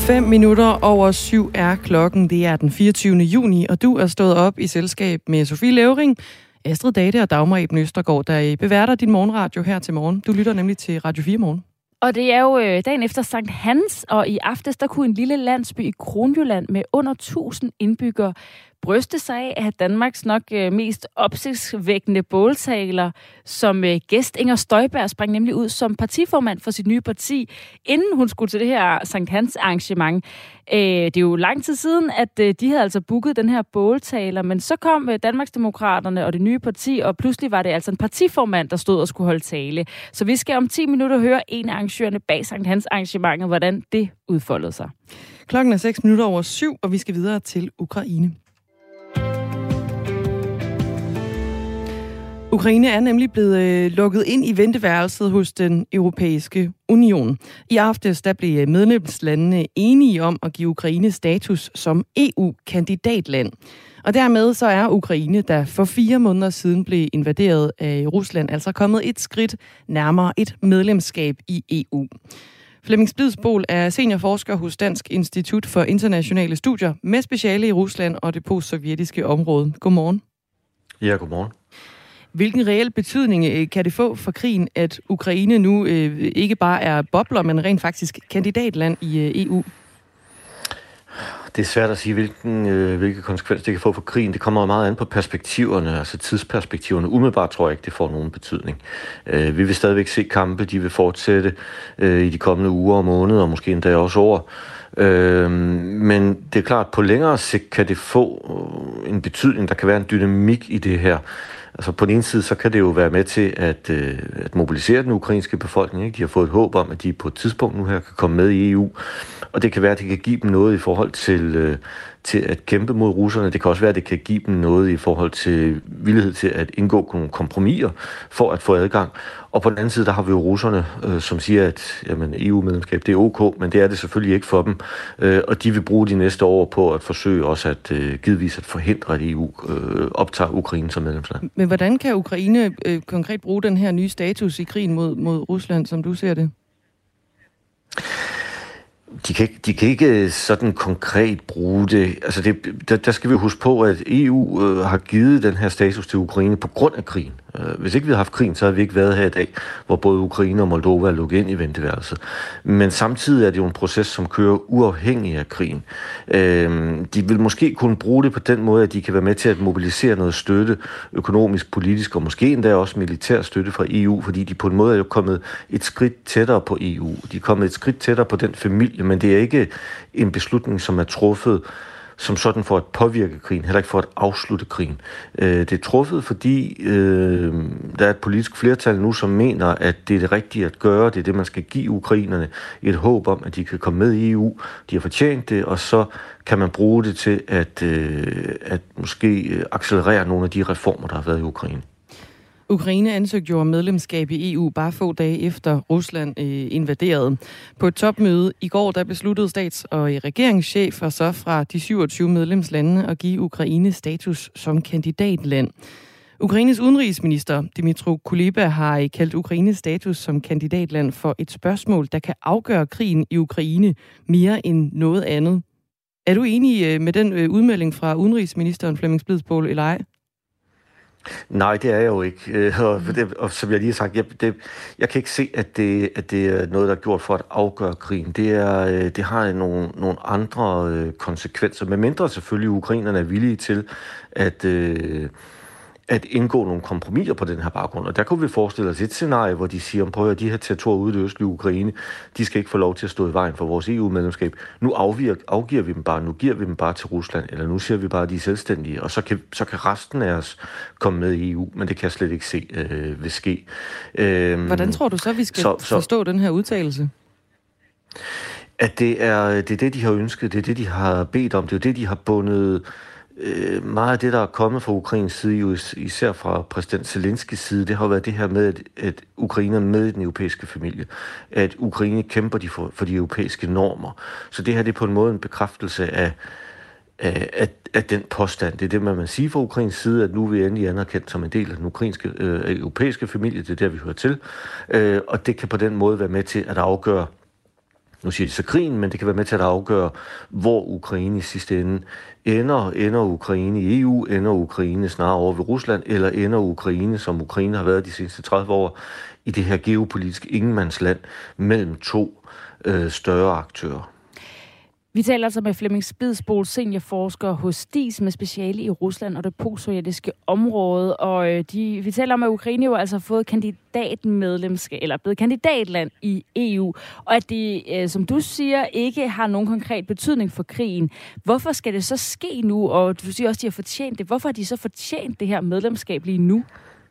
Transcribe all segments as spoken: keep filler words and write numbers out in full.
Fem minutter over syv er klokken. Det er den fireogtyvende juni, og du er stået op i selskab med Sofie Levering, Astrid Date og Dagmar Eben Østergaard, der beværter din morgenradio her til morgen. Du lytter nemlig til Radio fire Morgen. Og det er jo øh, dagen efter Sankt Hans, og i aftes der kunne en lille landsby i Kronjylland med under tusind indbyggere bryste sig af at have Danmarks nok øh, mest opsigtsvækkende båltaler som øh, gæst. Inger Støjberg sprang nemlig ud som partiformand for sit nye parti, inden hun skulle til det her Sankt Hans arrangement. Øh, det er jo lang tid siden, at øh, de havde altså booket den her båltaler, men så kom øh, Danmarksdemokraterne og det nye parti, og pludselig var det altså en partiformand, der stod og skulle holde tale. Så vi skal om ti minutter høre en af arrangørerne bag Sankt Hans arrangementet, hvordan det udfoldede sig. Klokken er seks minutter over syv, og vi skal videre til Ukraine. Ukraine er nemlig blevet øh, lukket ind i venteværelset hos den europæiske union. I aftes der blev medlemslandene enige om at give Ukraine status som E U-kandidatland. Og dermed så er Ukraine, der for fire måneder siden blev invaderet af Rusland, altså kommet et skridt nærmere et medlemskab i E U. Flemming Splidsboel er seniorforsker hos Dansk Institut for Internationale Studier med speciale i Rusland og det postsovjetiske område. Godmorgen. Ja, godmorgen. Hvilken reel betydning kan det få for krigen, at Ukraine nu øh, ikke bare er bobler, men rent faktisk kandidatland i øh, E U? Det er svært at sige, hvilken, øh, hvilke konsekvenser det kan få for krigen. Det kommer meget an på perspektiverne, altså tidsperspektiverne. Umiddelbart tror jeg ikke, det får nogen betydning. Øh, vi vil stadigvæk se kampe, de vil fortsætte øh, i de kommende uger og måneder, og måske endda også år. Øh, men det er klart, at på længere sigt kan det få øh, en betydning. Der kan være en dynamik i det her. Altså på den ene side, så kan det jo være med til at, øh, at mobilisere den ukrainske befolkning. Ikke? De har fået et håb om, at de på et tidspunkt nu her kan komme med i E U. Og det kan være, at det kan give dem noget i forhold til, øh, til at kæmpe mod russerne. Det kan også være, at det kan give dem noget i forhold til villighed til at indgå nogle kompromiser for at få adgang. Og på den anden side, der har vi jo russerne, øh, som siger, at jamen, E U-medlemskab det er ok, men det er det selvfølgelig ikke for dem. Øh, og de vil bruge de næste år på at forsøge også at øh, givetvis at forhindre, at E U øh, optager Ukraine som medlemsland. Men hvordan kan Ukraine øh, konkret bruge den her nye status i krigen mod, mod Rusland, som du ser det? De kan, ikke, de kan ikke sådan konkret bruge det. Altså det, der, der skal vi huske på, at E U øh, har givet den her status til Ukraine på grund af krigen. Øh, hvis ikke vi havde haft krigen, så havde vi ikke været her i dag, hvor både Ukraine og Moldova er lukket ind i venteværelset. Men samtidig er det jo en proces, som kører uafhængig af krigen. Øh, de vil måske kunne bruge det på den måde, at de kan være med til at mobilisere noget støtte, økonomisk, politisk og måske endda også militær støtte fra E U, fordi de på en måde er jo kommet et skridt tættere på E U. De er kommet et skridt tættere på den familie, men det er ikke en beslutning, som er truffet som sådan for at påvirke krigen, heller ikke for at afslutte krigen. Det er truffet, fordi øh, der er et politisk flertal nu, som mener, at det er det rigtige at gøre, det er det, man skal give ukrainerne et håb om, at de kan komme med i E U. De har fortjent det, og så kan man bruge det til at, øh, at måske accelerere nogle af de reformer, der har været i Ukraine. Ukraine ansøgte jo om medlemskab i E U bare få dage efter Rusland øh, invaderede. På et topmøde i går, der besluttede stats- og regeringschefer så fra de syvogtyve medlemslande at give Ukraine status som kandidatland. Ukraines udenrigsminister Dmytro Kuleba har kaldt Ukraines status som kandidatland for et spørgsmål, der kan afgøre krigen i Ukraine mere end noget andet. Er du enig med den øh, udmelding fra udenrigsministeren Flemming Splidsboel eller ej? Nej, det er jeg jo ikke. Og, det, og som jeg lige har sagt, jeg, det, jeg kan ikke se, at det, at det er noget, der er gjort for at afgøre krigen. Det, er, det har nogle, nogle andre konsekvenser, medmindre selvfølgelig ukrainerne er villige til at, at indgå nogle kompromiser på den her baggrund. Og der kunne vi forestille os et scenarie, hvor de siger, prøv at de her territorier ude i det østlige Ukraine, de skal ikke få lov til at stå i vejen for vores E U-medlemskab. Nu afgiver, afgiver vi dem bare, nu giver vi dem bare til Rusland, eller nu siger vi bare, at de er selvstændige, og så kan, så kan resten af os komme med i E U, men det kan jeg slet ikke se øh, vil ske. Øh, Hvordan tror du så, vi skal så, så, forstå den her udtalelse? At det er, det er det, de har ønsket, det er det, de har bedt om, det er det, de har bundet. Meget af det, der er kommet fra Ukraines side, især fra præsident Zelenskis side, det har været det her med, at, at Ukraine er med i den europæiske familie. At Ukraine kæmper de for, for de europæiske normer. Så det her det er på en måde en bekræftelse af, af, af den påstand. Det er det, man vil sige fra Ukraines side, at nu er vi endelig anerkendt som en del af den ukrainske, øh, europæiske familie. Det er der, vi hører til. Øh, og det kan på den måde være med til at afgøre, nu siger de så krigen, men det kan være med til at afgøre, hvor Ukraine i sidste ende ender. Ender Ukraine i E U, ender Ukraine snarere over ved Rusland, eller ender Ukraine, som Ukraine har været de seneste tredive år, i det her geopolitiske ingenmandsland mellem to øh, større aktører. Vi taler altså med Flemming Spidsbol, seniorforsker hos DIIS med speciale i Rusland og det postsovjetiske område. Og de, vi taler om, at Ukraine jo altså har fået kandidatmedlemskab, eller blevet kandidatland i E U. Og at det, som du siger, ikke har nogen konkret betydning for krigen. Hvorfor skal det så ske nu? Og du siger også, at de har fortjent det. Hvorfor har de så fortjent det her medlemskab lige nu?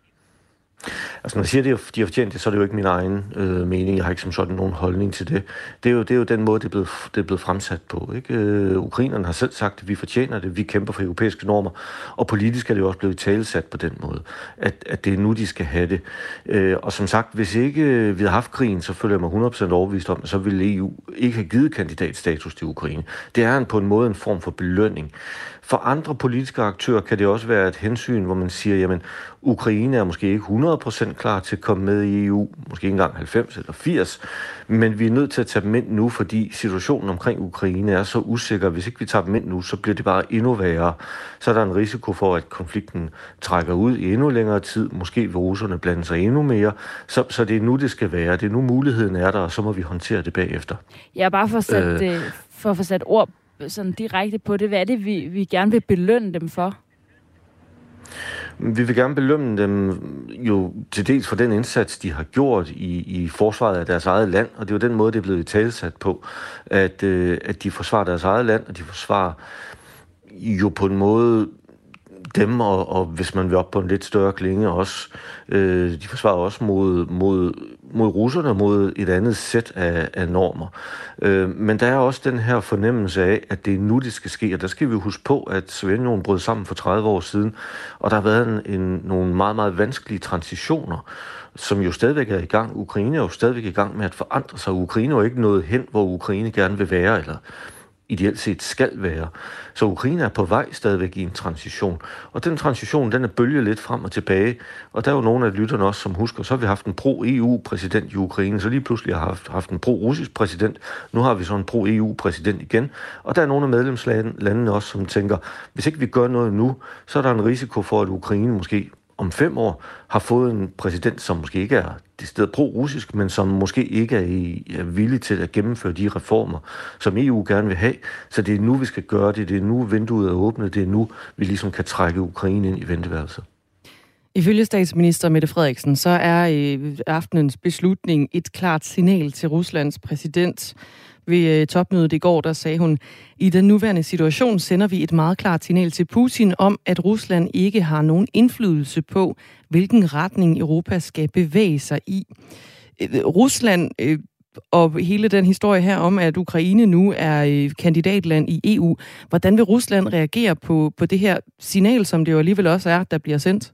Altså når jeg siger, at de har fortjent det, så er det jo ikke min egen øh, mening. Jeg har ikke som sådan nogen holdning til det. Det er jo, det er jo den måde, det er blevet, det er blevet fremsat på. Ikke? Øh, Ukrainerne har selv sagt, at vi fortjener det. Vi kæmper for europæiske normer. Og politisk er det jo også blevet talesat på den måde, at, at det er nu, de skal have det. Øh, og som sagt, hvis ikke vi havde haft krigen, så føler jeg mig hundrede procent overbevist om, at så ville E U ikke have givet kandidatstatus til Ukraine. Det er en, på en måde en form for belønning. For andre politiske aktører kan det også være et hensyn, hvor man siger, jamen, Ukraine er måske ikke hundrede procent klar til at komme med i E U, måske ikke engang halvfems eller firs, men vi er nødt til at tage dem ind nu, fordi situationen omkring Ukraine er så usikker. Hvis ikke vi tager dem ind nu, så bliver det bare endnu værre. Så er der en risiko for, at konflikten trækker ud i endnu længere tid. Måske vil russerne blande sig endnu mere. Så, så det er nu, det skal være. Det er nu, muligheden er der, og så må vi håndtere det bagefter. Ja, bare for at sætte, øh, for at få sat ord sådan direkte på det. Hvad er det, vi, vi gerne vil belønne dem for? Vi vil gerne belønne dem jo til dels for den indsats, de har gjort i, i forsvaret af deres eget land, og det er jo den måde, det er blevet talsat på, at, øh, at de forsvarer deres eget land, og de forsvarer jo på en måde dem, og, og hvis man vil op på en lidt større klinge også, øh, de forsvarer også mod, mod, mod russerne, mod et andet sæt af, af normer. Øh, men der er også den her fornemmelse af, at det er nu, det skal ske, og der skal vi huske på, at Sovjetunionen brød sammen for tredive år siden, og der har været en, en, nogle meget, meget vanskelige transitioner, som jo stadigvæk er i gang. Ukraine er jo stadigvæk i gang med at forandre sig. Ukraine er jo ikke nået hen, hvor Ukraine gerne vil være, eller ideelt set skal være. Så Ukraine er på vej stadigvæk i en transition. Og den transition, den er bølget lidt frem og tilbage. Og der er jo nogle af lytterne også, som husker, så har vi haft en pro-E U-præsident i Ukraine, så lige pludselig har vi haft, haft en pro-russisk præsident. Nu har vi så en pro-E U-præsident igen. Og der er nogle af medlemslandene også, som tænker, hvis ikke vi gør noget nu, så er der en risiko for, at Ukraine måske om fem år har fået en præsident, som måske ikke er det sted pro-russisk, men som måske ikke er, i, er villig til at gennemføre de reformer, som E U gerne vil have. Så det er nu, vi skal gøre det. Det er nu, vinduet er åbnet. Det er nu, vi ligesom kan trække Ukraine ind i venteværelset. Ifølge statsminister Mette Frederiksen, så er øh, aftenens beslutning et klart signal til Ruslands præsident. Ved topmødet i går, der sagde hun, i den nuværende situation sender vi et meget klart signal til Putin om, at Rusland ikke har nogen indflydelse på, hvilken retning Europa skal bevæge sig i. Rusland øh, og hele den historie her om, at Ukraine nu er øh, kandidatland i E U, hvordan vil Rusland reagere på, på det her signal, som det jo alligevel også er, der bliver sendt?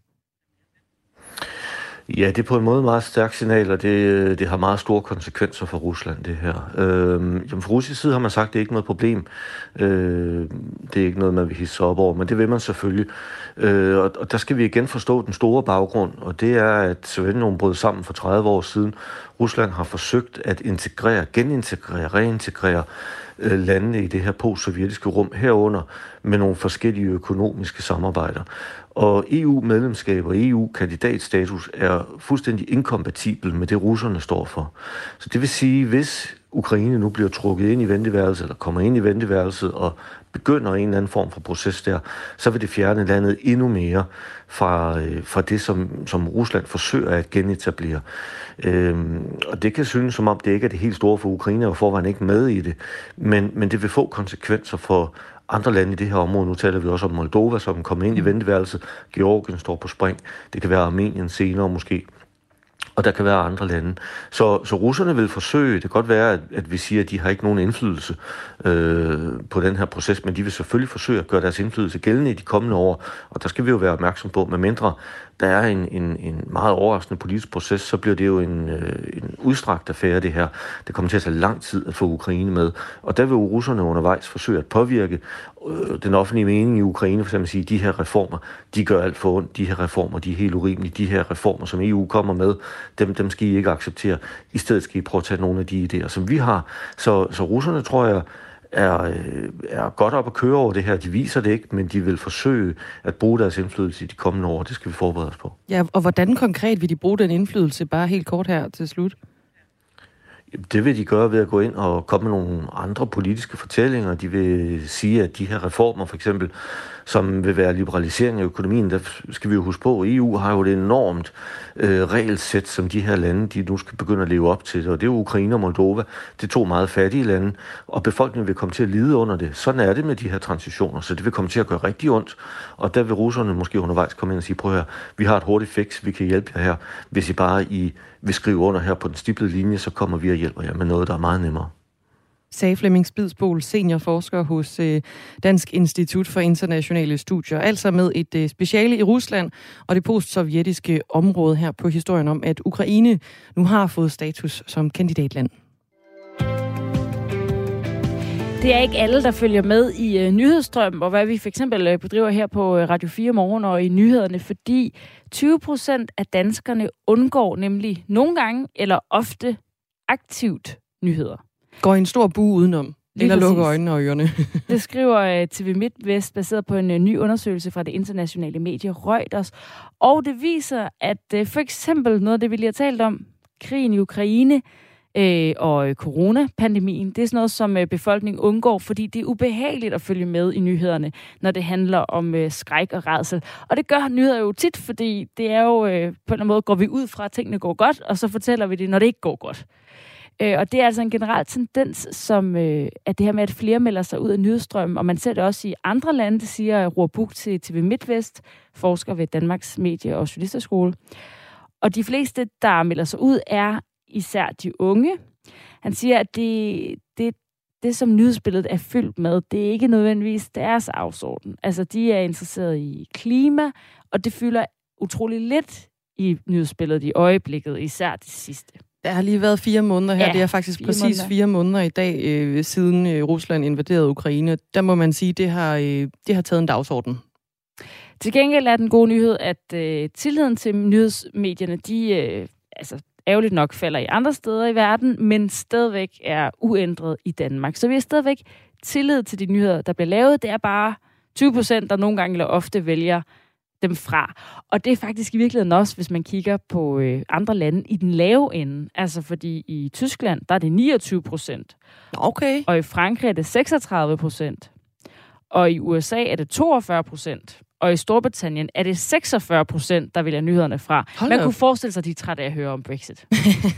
Ja, det er på en måde meget stærkt signal, og det, det har meget store konsekvenser for Rusland, det her. Øh, jamen fra russisk side har man sagt, at det er ikke noget problem. Øh, det er ikke noget, man vil hisse op over, men det vil man selvfølgelig. Øh, og, og der skal vi igen forstå den store baggrund, og det er, at Sovjetunionen brød sammen for tredive år siden. Rusland har forsøgt at integrere, genintegrere, reintegrere øh, landene i det her post-sovjetiske rum herunder med nogle forskellige økonomiske samarbejder. Og E U-medlemskab og E U-kandidatstatus er fuldstændig inkompatibel med det, russerne står for. Så det vil sige, hvis Ukraine nu bliver trukket ind i venteværelset, eller kommer ind i venteværelset og begynder en eller anden form for proces der, så vil det fjerne landet endnu mere fra, øh, fra det, som, som Rusland forsøger at genetablere. Øhm, og det kan synes, som om det ikke er det helt store for Ukraine, og forvejen ikke med i det, men, men det vil få konsekvenser for andre lande i det her område. Nu taler vi også om Moldova, som kommer ind i venteværelset. Georgien står på spring. Det kan være Armenien senere måske. Og der kan være andre lande. Så, så russerne vil forsøge, det kan godt være, at, at vi siger, at de har ikke nogen indflydelse øh, på den her proces, men de vil selvfølgelig forsøge at gøre deres indflydelse gældende i de kommende år. Og der skal vi jo være opmærksom på, med mindre der er en, en, en meget overraskende politisk proces, så bliver det jo en, øh, en udstrakt affære, det her. Det kommer til at tage lang tid at få Ukraine med. Og der vil jo russerne undervejs forsøge at påvirke øh, den offentlige mening i Ukraine, for eksempel at sige, de her reformer, de gør alt for ondt, de her reformer, de er helt urimelige, de her reformer, som E U kommer med, dem, dem skal I ikke acceptere. I stedet skal I prøve at tage nogle af de idéer, som vi har. Så, så russerne, tror jeg, er, er godt op at køre over det her. De viser det ikke, men de vil forsøge at bruge deres indflydelse i de kommende år. Det skal vi forberede os på. Ja, og hvordan konkret vil de bruge den indflydelse, bare helt kort her til slut? Det vil de gøre ved at gå ind og komme med nogle andre politiske fortællinger. De vil sige, at de her reformer, for eksempel, som vil være liberalisering af økonomien, der skal vi jo huske på, at E U har jo et enormt øh, regelsæt, som de her lande, de nu skal begynde at leve op til. Og det er jo Ukraine og Moldova. Det er to meget fattige lande, og befolkningen vil komme til at lide under det. Sådan er det med de her transitioner, så det vil komme til at gøre rigtig ondt. Og der vil russerne måske undervejs komme ind og sige, prøv her, vi har et hurtigt fix, vi kan hjælpe jer her. Hvis I bare I vil skrive under her på den stiplede linje, så kommer vi og hjælper jer med noget, der er meget nemmere. Sagde Flemming Spidsbol, seniorforsker hos øh, Dansk Institut for Internationale Studier, altså med et øh, speciale i Rusland og det postsovjetiske område her på historien om, at Ukraine nu har fået status som kandidatland. Det er ikke alle, der følger med i øh, nyhedsstrømmen, og hvad vi for eksempel øh, bedriver her på øh, Radio fire Morgen og i nyhederne, fordi tyve procent af danskerne undgår nemlig nogle gange eller ofte aktivt nyheder. Går i en stor bue udenom, Lige eller præcis. lukker øjnene og ørerne. Det skriver uh, T V MidtVest, baseret på en uh, ny undersøgelse fra det internationale medie Reuters. Og det viser, at uh, for eksempel noget af det, vi lige har talt om, krigen i Ukraine uh, og uh, coronapandemien, det er sådan noget, som uh, befolkningen undgår, fordi det er ubehageligt at følge med i nyhederne, når det handler om uh, skræk og rædsel. Og det gør nyheder jo tit, fordi det er jo uh, på en eller anden måde, går vi ud fra, at tingene går godt, og så fortæller vi det, når det ikke går godt. Øh, og det er altså en generel tendens, som øh, at det her med, at flere melder sig ud af nyhedsstrømmen, og man ser det også i andre lande, det siger Roar Buch til T V MidtVest, forsker ved Danmarks Medie- og Journalisterskole. Og de fleste, der melder sig ud, er især de unge. Han siger, at det, det, det som nyhedsbilledet er fyldt med, det er ikke nødvendigvis deres dagsorden. Altså, de er interesseret i klima, og det fylder utrolig lidt i nyhedsbilledet i øjeblikket, især det sidste. Der har lige været fire måneder her. Ja, det er faktisk fire præcis måneder. fire måneder i dag, øh, siden øh, Rusland invaderede Ukraine. Der må man sige, det har øh, det har taget en dagsorden. Til gengæld er den gode nyhed, at øh, tilliden til nyhedsmedierne, de øh, altså, ærgerligt nok falder i andre steder i verden, men stadigvæk er uændret i Danmark. Så vi har stadigvæk tillid til de nyheder, der bliver lavet. Det er bare tyve procent, der nogle gange eller ofte vælger dem fra. Og det er faktisk i virkeligheden også, hvis man kigger på øh, andre lande i den lave ende. Altså fordi i Tyskland, der er det niogtyve procent. Okay. Og i Frankrig er det seksogtredive procent. Og i U S A er det toogfyrre procent. Og i Storbritannien er det seksogfyrre procent, der vælger nyhederne fra. Hold Man op. kunne forestille sig, at de er trætte af at høre om Brexit.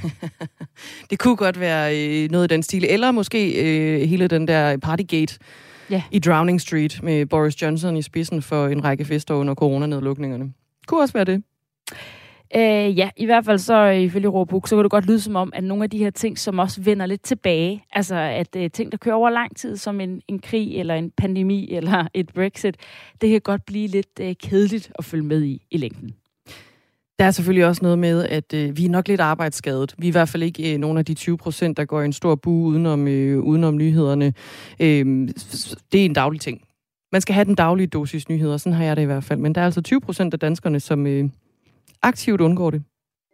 Det kunne godt være øh, noget i den stil. Eller måske øh, hele den der Partygate Ja. i Downing Street med Boris Johnson i spidsen for en række fester under coronanedlukningerne. Kunne også være det. Øh, ja, i hvert fald så ifølge Roar Buch, så kan det godt lyde som om, at nogle af de her ting, som også vender lidt tilbage, altså at øh, ting, der kører over lang tid, som en, en krig eller en pandemi eller et Brexit, det kan godt blive lidt øh, kedeligt at følge med i i længden. Der er selvfølgelig også noget med, at øh, vi er nok lidt arbejdsskadet. Vi er i hvert fald ikke øh, nogle af de tyve procent, der går i en stor bue udenom, øh, udenom nyhederne. Øh, det er en daglig ting. Man skal have den daglige dosis nyheder, sådan har jeg det i hvert fald. Men der er altså tyve procent af danskerne, som øh, aktivt undgår det.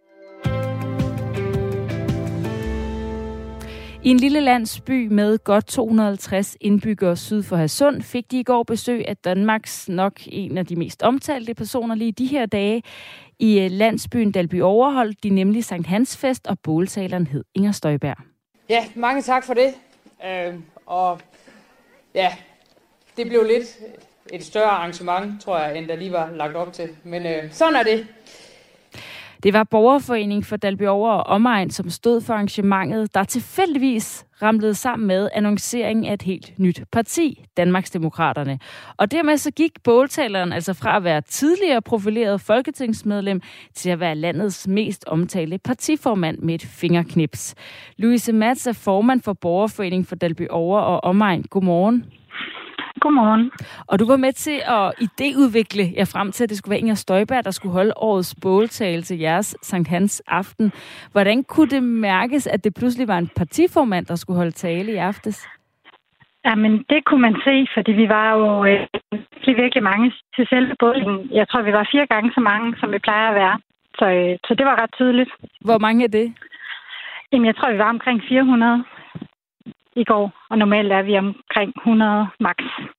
I en lille landsby med godt to hundrede og halvtreds indbyggere syd for Hadsund fik de i går besøg af Danmarks nok en af de mest omtalte personer lige de her dage. I landsbyen Dalby overholdt de nemlig Sankt Hans fest, og båltaleren hed Inger Støjberg. Ja, mange tak for det. Øh, og ja, det blev lidt et større arrangement, tror jeg, end der lige var lagt op til. Men øh, sådan er det. Det var Borgerforeningen for Dalby Over og Omegn, som stod for arrangementet, der tilfældigvis ramlede sammen med annonceringen af et helt nyt parti, Danmarksdemokraterne. Og dermed så gik båltaleren altså fra at være tidligere profileret folketingsmedlem til at være landets mest omtalte partiformand med et fingerknips. Louise Mats er formand for Borgerforeningen for Dalby Over og Omegn. Godmorgen. Godmorgen. Og du var med til at idéudvikle jer frem til, at det skulle være Inger Støjberg, der skulle holde årets båltale til jeres Sankt Hans aften. Hvordan kunne det mærkes, at det pludselig var en partiformand, der skulle holde tale i aftes? Jamen, det kunne man se, fordi vi var jo øh, virkelig mange til selve bålen. Jeg tror, vi var fire gange så mange, som vi plejer at være. Så, øh, så det var ret tydeligt. Hvor mange er det? Jamen, jeg tror, vi var omkring fire hundrede i går, og normalt er vi omkring hundrede max.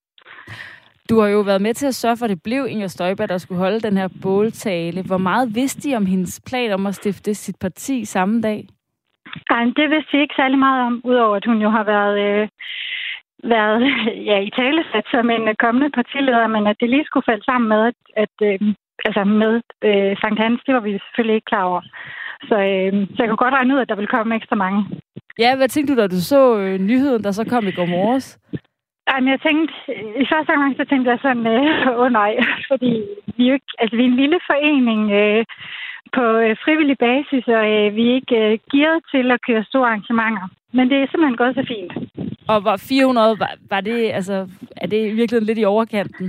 Du har jo været med til at sørge for, at det blev Inger Støjberg, der skulle holde den her båltale. Hvor meget vidste I om hendes plan om at stifte sit parti samme dag? Ej, det vidste vi ikke særlig meget om, udover at hun jo har været, øh, været ja, i talesat som en kommende partileder, men at det lige skulle falde sammen med, at, at øh, altså med øh, Sankt Hans, det var vi selvfølgelig ikke klar over. Så, øh, så jeg kunne godt regne ud, at der ville komme ekstra mange. Ja, hvad tænkte du, da du så øh, nyheden, der så kom i går morges? Ej, men jeg tænkte, i første gang, så tænkte jeg sådan, åh øh, oh, nej, fordi vi er jo ikke, altså vi er en lille forening øh, på øh, frivillig basis, og øh, vi er ikke øh, gearet til at køre store arrangementer. Men det er simpelthen gået så fint. Og var fire hundrede, var, var det, altså, er det virkelig lidt i overkanten?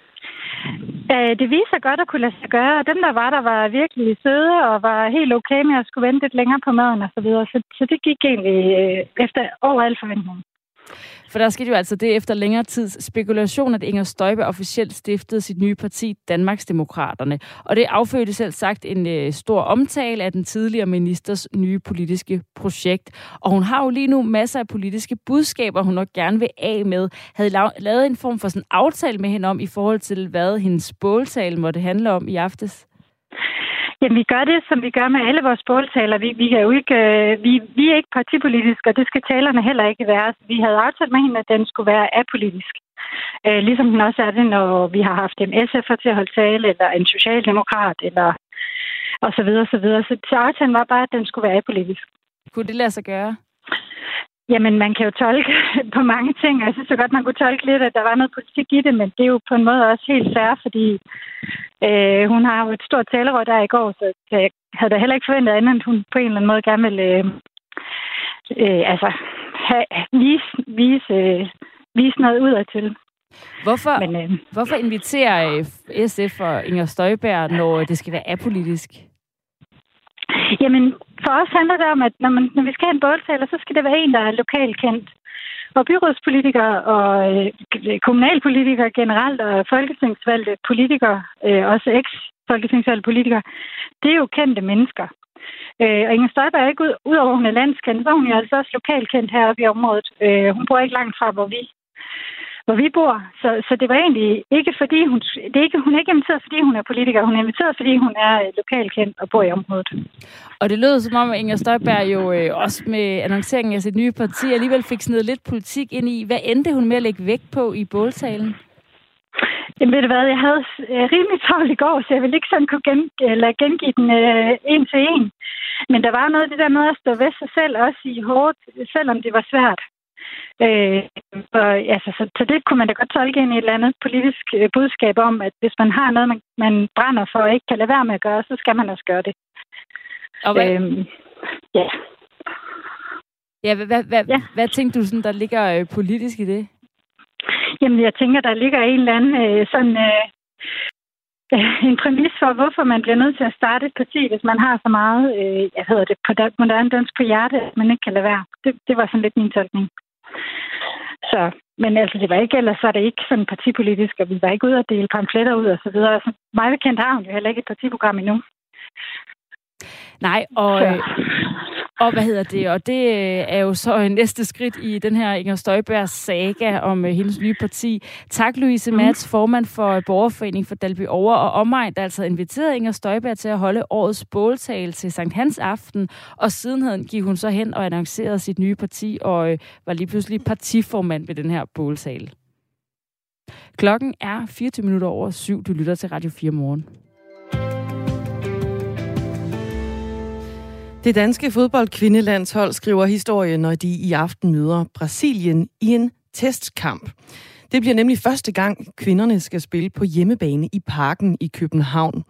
Øh, det viser sig godt at kunne lade sig gøre, og dem, der var der, var virkelig søde og var helt okay med at skulle vente lidt længere på maden og så videre. Så, så det gik egentlig øh, efter over al forventning. For der skete jo altså det efter længere tids spekulation, at Inger Støjberg officielt stiftede sit nye parti, Danmarksdemokraterne. Og det affødte selv sagt en øh, stor omtale af den tidligere ministers nye politiske projekt. Og hun har jo lige nu masser af politiske budskaber, hun nok gerne vil af med. Havde la- lavet en form for sådan aftale med hende om, i forhold til, hvad hendes båltale måtte handle om i aftes. Jamen, vi gør det, som vi gør med alle vores båltaler. Vi, vi, er jo ikke, øh, vi, vi er ikke partipolitiske, og det skal talerne heller ikke være. Vi havde aftalt med hende, at den skulle være apolitisk. Øh, ligesom den også er det, når vi har haft en S F'er til at holde tale, eller en socialdemokrat, eller og så videre, så videre. Så, så aftalen var bare, at den skulle være apolitisk. Kunne det lade sig gøre? Jamen, man kan jo tolke på mange ting. Jeg synes så godt, man kunne tolke lidt, at der var noget politik i det, men det er jo på en måde også helt fair, fordi øh, hun har jo et stort talerør der i går, så jeg havde da heller ikke forventet andet, end hun på en eller anden måde gerne ville øh, øh, altså, have, vise, vise, øh, vise noget udadtil. Hvorfor, men, øh, hvorfor inviterer S F og Inger Støjberg, når det skal være apolitisk? Jamen, for os handler det om, at når, man, når vi skal have en båltaler, så skal det være en, der er lokalt kendt. Og byrådspolitikere og øh, kommunalpolitikere generelt, og folketingsvalgte politikere, øh, også eks-folketingsvalgte politikere, det er jo kendte mennesker. Øh, og Inger Støjberg er ikke ud, ud over, hun er landskendt, så hun er altså også lokalt kendt heroppe i området. Øh, hun bor ikke langt fra, hvor vi hvor vi bor. Så, så det var egentlig ikke fordi, hun, det er ikke, hun er ikke inviteret, fordi hun er politiker. Hun er inviteret, fordi hun er lokalkendt og bor i området. Og det lød som om, at Inger Støjberg jo øh, også med annonceringen af sit nye parti alligevel fik snedet lidt politik ind i. Hvad endte hun med at lægge vægt på i båltalen? Jamen ved du hvad, jeg havde rimelig travlt i går, så jeg ville ikke sådan kunne gen, eller gengive den øh, en til en. Men der var noget af det der med at stå ved sig selv, også i hårdt, selvom det var svært. Øh, og, altså, så, så det kunne man da godt tolke ind i et eller andet politisk øh, budskab om, at hvis man har noget, man, man brænder for og ikke kan lade være med at gøre, så skal man også gøre det. Og hvad, øhm, ja. Ja, hvad, hvad, hvad, ja. hvad tænkte du, sådan, der ligger øh, politisk i det? Jamen, jeg tænker, der ligger en eller anden øh, sådan øh, en præmis for, hvorfor man bliver nødt til at starte et parti, hvis man har så meget, øh, jeg hedder det, på moderne dansk på hjerte, at man ikke kan lade være. Det, det var sådan lidt min tolkning. Så, men altså, det var ikke, ellers var det ikke sådan partipolitisk, og vi var ikke ude at dele pamfletter ud og så videre. Altså, mig bekendt har hun jo heller ikke et partiprogram endnu. Nej, og, øh, og hvad hedder det? Og det er jo så næste skridt i den her Inger Støjbergs saga om øh, hendes nye parti. Tak, Louise Mats, formand for Borgerforening for Dalby Over og Omegn, der altså inviterede Inger Støjberg til at holde årets båltale til Sankt Hans aften, og sidenhen gik hun så hen og annoncerede sit nye parti, og øh, var lige pludselig partiformand ved den her båltale. Klokken er fireogtyve minutter over syv. Du lytter til Radio fire Morgen. Det danske fodboldkvindelandshold skriver historie, når de i aften møder Brasilien i en testkamp. Det bliver nemlig første gang, kvinderne skal spille på hjemmebane i Parken i København.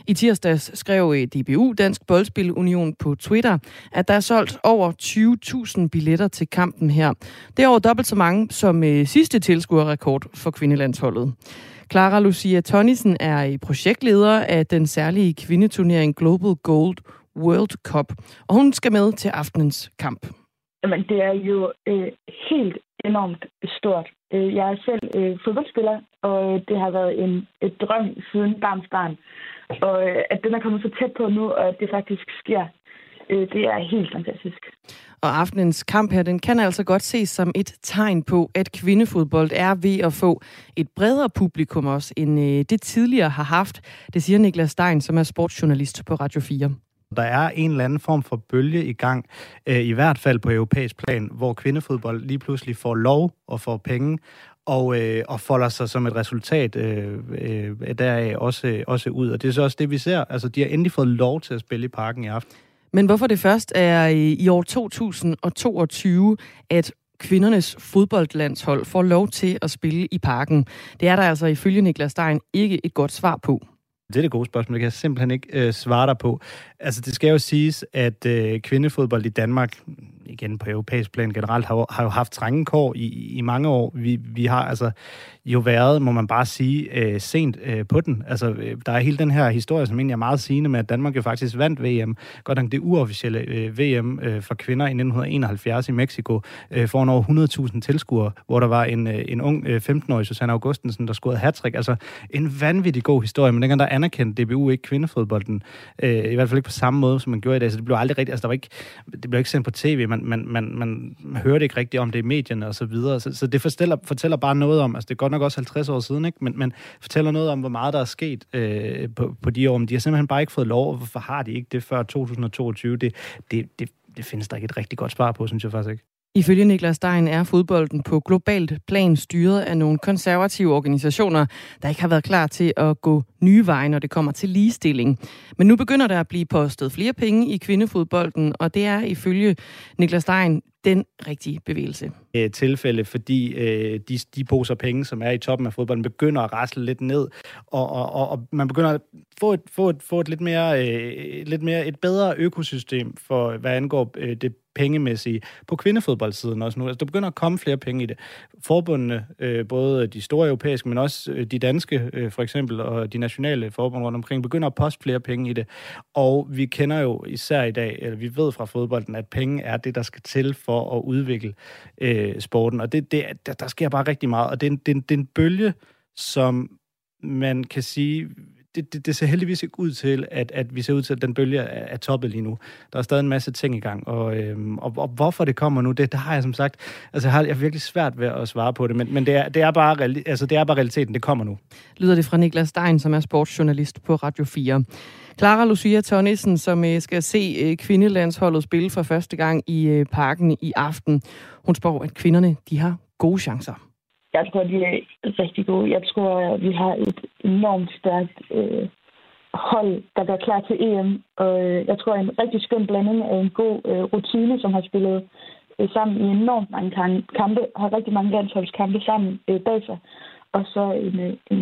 I tirsdags skrev D B U, Dansk Boldspil Union, på Twitter, at der er solgt over tyve tusind billetter til kampen her. Det er over dobbelt så mange som sidste tilskuerrekord for kvindelandsholdet. Clara Lucia Tonnisen er projektleder af den særlige kvindeturnering Global Gold World Cup, og hun skal med til aftenens kamp. Jamen, det er jo øh, helt enormt stort. Jeg er selv øh, fodboldspiller, og det har været en et drøm siden barns barn. Og øh, at den er kommet så tæt på nu, og at det faktisk sker, øh, det er helt fantastisk. Og aftenens kamp her, den kan altså godt ses som et tegn på, at kvindefodbold er ved at få et bredere publikum også, end øh, det tidligere har haft. Det siger Niklas Stein, som er sportsjournalist på Radio fire. Der er en eller anden form for bølge i gang, øh, i hvert fald på europæisk plan, hvor kvindefodbold lige pludselig får lov og får penge, og, øh, og folder sig som et resultat øh, øh, deraf også, også ud. Og det er så også det, vi ser. Altså, de har endelig fået lov til at spille i parken i aften. Men hvorfor det først er i år to tusind toogtyve, at kvindernes fodboldlandshold får lov til at spille i parken, det er der altså ifølge Niklas Stein ikke et godt svar på. Det er det gode spørgsmål, det kan jeg simpelthen ikke øh, svare dig på. Altså, det skal jo siges, at øh, kvindefodbold i Danmark, igen på europæisk plan generelt, har, har jo haft trange kår i, i mange år. Vi, vi har altså jo været, må man bare sige, øh, sent øh, på den. Altså, øh, der er hele den her historie, som egentlig er meget sigende med, at Danmark jo faktisk vandt V M. Godt nok det uofficielle øh, V M øh, for kvinder i nitten enoghalvfjerds i Mexico, øh, foran over hundrede tusind tilskuere, hvor der var en, øh, en ung øh, femten-årig Susanne Augustensen, der scorede hat-trick. Altså, en vanvittig god historie, men dengang der anerkendte D B U ikke kvindefodbolden, øh, i hvert fald ikke på samme måde, som man gjorde i dag, så det blev aldrig rigtigt, altså der var ikke, det blev ikke sendt på tv, man, man, man, man hørte ikke rigtigt om det i medierne og så videre, så, så det fortæller, fortæller bare noget om, altså det er godt nok også halvtreds år siden, ikke? Men, men fortæller noget om, hvor meget der er sket øh, på, på de år, men de har simpelthen bare ikke fået lov, og hvorfor har de ikke det før to tusind toogtyve, det, det, det, det findes der ikke et rigtig godt svar på, synes jeg faktisk ikke. Ifølge Niklas Stein er fodbolden på globalt plan styret af nogle konservative organisationer, der ikke har været klar til at gå nye veje, når det kommer til ligestilling. Men nu begynder der at blive postet flere penge i kvindefodbolden, og det er ifølge Niklas Stein den rigtige bevægelse. Et tilfælde, fordi øh, de, de poser penge, som er i toppen af fodbolden, begynder at rasle lidt ned, og, og, og man begynder at få et, få et, få et lidt mere, øh, lidt mere et bedre økosystem for, hvad angår øh, det pengemæssige på kvindefodboldsiden også nu. Altså, der begynder at komme flere penge i det. Forbundene, øh, både de store europæiske, men også øh, de danske, øh, for eksempel, og de nationale forbund rundt omkring, begynder at poste flere penge i det. Og vi kender jo især i dag, eller vi ved fra fodbolden, at penge er det, der skal til for at udvikle øh, sporten. Og det, det, der, der sker bare rigtig meget. Og det er, en, det, er en, det er en bølge, som man kan sige... Det, det, det ser heldigvis ikke ud til, at, at vi ser ud til, at den bølge er, er toppet lige nu. Der er stadig en masse ting i gang, og, øhm, og, og hvorfor det kommer nu, det, det har jeg som sagt, altså jeg har jeg virkelig svært ved at svare på det, men, men det, er, det, er bare, altså, det er bare realiteten, det kommer nu. Lyder det fra Niklas Stein, som er sportsjournalist på Radio fire. Clara Lucia Tonnisen, som skal se kvindelandsholdet spille for første gang i parken i aften. Hun spår, at kvinderne de har gode chancer. Jeg tror, de er rigtig gode. Jeg tror, vi har et enormt stærkt øh, hold, der bliver klar til E M. Og øh, jeg tror, en rigtig skøn blanding af en god øh, rutine, som har spillet øh, sammen i enormt mange kampe, har rigtig mange landsholdskampe sammen øh, bag sig. Og så en, øh, en,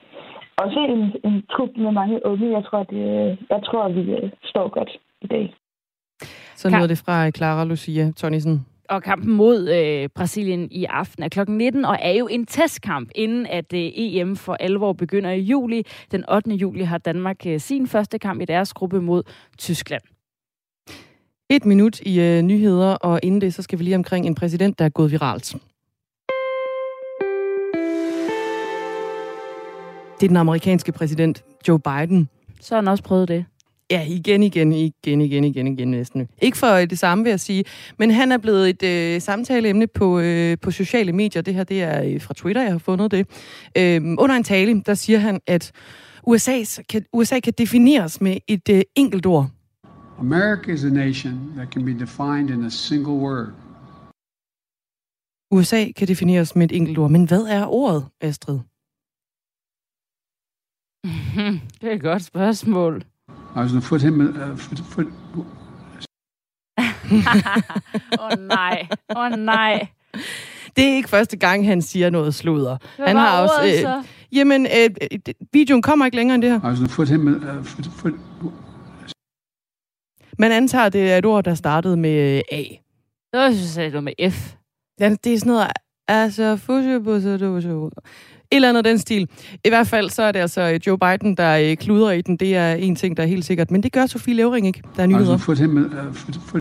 også en, en trup med mange unge. Jeg tror, det, jeg tror vi øh, står godt i dag. Så lyder det fra Clara Lucia Tonnisen. Og kampen mod øh, Brasilien i aften er klokken nitten, og er jo en testkamp, inden at øh, E M for alvor begynder i juli. Den ottende juli har Danmark øh, sin første kamp i deres gruppe mod Tyskland. Et minut i øh, nyheder, og inden det, så skal vi lige omkring en præsident, der er gået viralt. Det er den amerikanske præsident Joe Biden. Så har han også prøvet det. Ja, igen, igen, igen, igen, igen, igen næsten. Ikke for det samme, vil jeg sige, men han er blevet et øh, samtaleemne på, øh, på sociale medier. Det her, det er fra Twitter, jeg har fundet det. Øh, under en tale, der siger han, at U S A kan, U S A kan defineres med et øh, enkelt ord. America is a nation that can be defined in a single word. U S A kan defineres med et enkelt ord, men hvad er ordet, Astrid? Det er et godt spørgsmål. I was going to put him... Uh, foot, foot. Åh oh, nej, åh oh, nej. Det er ikke første gang, han siger noget sludder. Hvad han var har ordet, også, øh, så? Jamen, øh, videoen kommer ikke længere end det her. I was put him, uh, put, put... Man antager, det er et ord, der startede med A. Så synes jeg, det var med F. Ja, det er sådan noget, altså, et eller andet den stil. I hvert fald så er det altså Joe Biden, der kludrer i den. Det er en ting, der er helt sikkert. Men det gør Sofie Levering ikke. Der er nyheder. Put him, uh, put, put...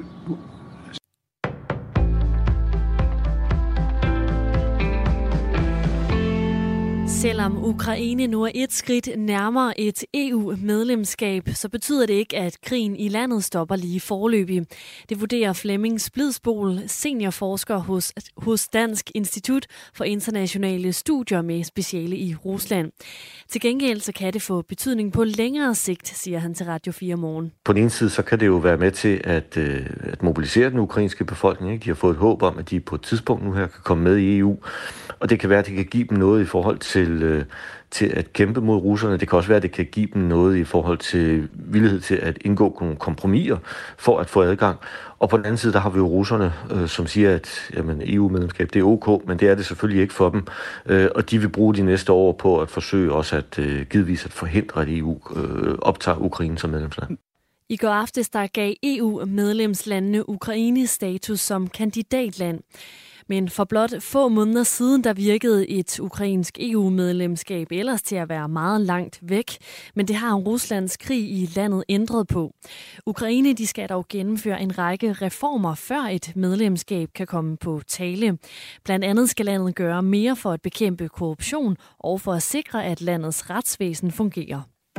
Selvom Ukraine nu er et skridt nærmere et E U-medlemskab, så betyder det ikke, at krigen i landet stopper lige foreløbig. Det vurderer Flemming Splidsbol, seniorforsker hos, hos Dansk Institut for Internationale Studier med speciale i Rusland. Til gengæld så kan det få betydning på længere sigt, siger han til Radio fire Morgen. På den ene side, så kan det jo være med til at, øh, at mobilisere den ukrainske befolkning. Ikke? De har fået et håb om, at de på et tidspunkt nu her kan komme med i E U. Og det kan være, at det kan give dem noget i forhold til, øh, til at kæmpe mod russerne. Det kan også være, at det kan give dem noget i forhold til villighed til at indgå nogle kompromiser for at få adgang. Og på den anden side, der har vi jo russerne, øh, som siger, at jamen, E U-medlemskab det er ok, men det er det selvfølgelig ikke for dem. Øh, og de vil bruge de næste år på at forsøge også at øh, givetvis at forhindre, at E U øh, optager Ukraine som medlemsland. I går aftes der gav E U-medlemslandene Ukraine status som kandidatland. Men for blot få måneder siden, der virkede et ukrainsk E U-medlemskab ellers til at være meget langt væk. Men det har Ruslands krig i landet ændret på. Ukraine de skal dog gennemføre en række reformer, før et medlemskab kan komme på tale. Blandt andet skal landet gøre mere for at bekæmpe korruption og for at sikre, at landets retsvæsen fungerer.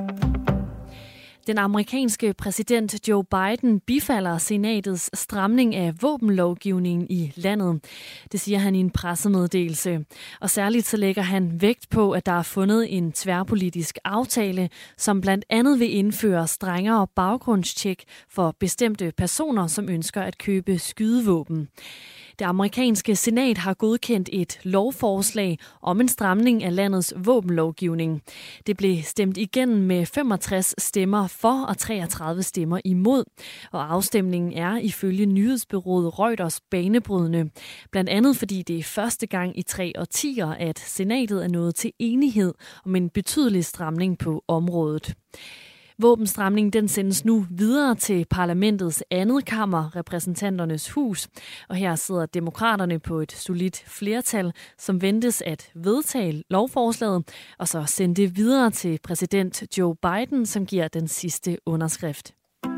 Den amerikanske præsident Joe Biden bifalder senatets stramning af våbenlovgivningen i landet. Det siger han i en pressemeddelelse. Og særligt så lægger han vægt på, at der er fundet en tværpolitisk aftale, som blandt andet vil indføre strengere baggrundstjek for bestemte personer, som ønsker at købe skydevåben. Det amerikanske senat har godkendt et lovforslag om en stramning af landets våbenlovgivning. Det blev stemt igennem med femogtres stemmer for og treogtredive stemmer imod. Og afstemningen er ifølge nyhedsbureauet Reuters banebrydende. Blandt andet fordi det er første gang i tre årtier, at senatet er nået til enighed om en betydelig stramning på området. Våbenstramningen den sendes nu videre til parlamentets andet kammer, repræsentanternes hus. Og her sidder demokraterne på et solidt flertal, som ventes at vedtage lovforslaget, og så sende det videre til præsident Joe Biden, som giver den sidste underskrift.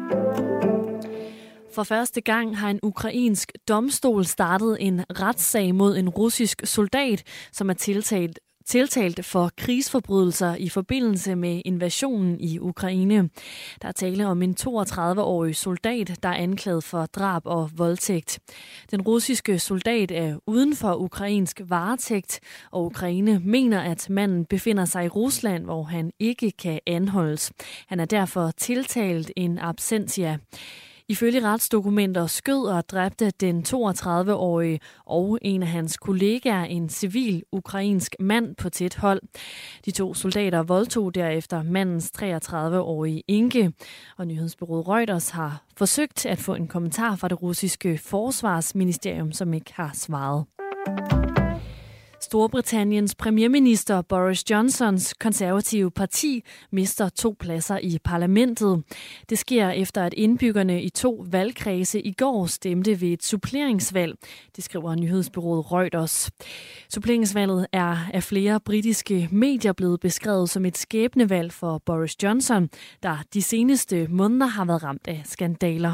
For første gang har en ukrainsk domstol startet en retssag mod en russisk soldat, som er tiltalt tiltalt for krigsforbrydelser i forbindelse med invasionen i Ukraine. Der er tale om en toogtredive-årig soldat, der er anklaget for drab og voldtægt. Den russiske soldat er uden for ukrainsk varetægt, og Ukraine mener, at manden befinder sig i Rusland, hvor han ikke kan anholdes. Han er derfor tiltalt in absentia. Ifølge retsdokumenter skød og dræbte den toogtredive-årige og en af hans kollegaer en civil ukrainsk mand på tæt hold. De to soldater voldtog derefter mandens treogtredive-årige enke, og nyhedsbureauet Reuters har forsøgt at få en kommentar fra det russiske forsvarsministerium, som ikke har svaret. Storbritanniens premierminister Boris Johnsons konservative parti mister to pladser i parlamentet. Det sker efter, at indbyggerne i to valgkredse i går stemte ved et suppleringsvalg. Det skriver nyhedsbureauet Reuters. Suppleringsvalget er af flere britiske medier blevet beskrevet som et skæbnevalg for Boris Johnson, der de seneste måneder har været ramt af skandaler.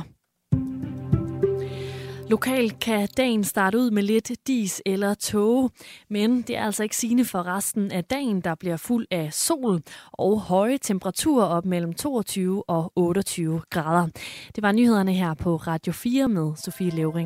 Lokalt kan dagen starte ud med lidt dis eller tåge, men det er altså ikke sigende for resten af dagen, der bliver fuld af sol og høje temperaturer op mellem toogtyve og otteogtyve grader. Det var nyhederne her på Radio fire med Sofie Levering.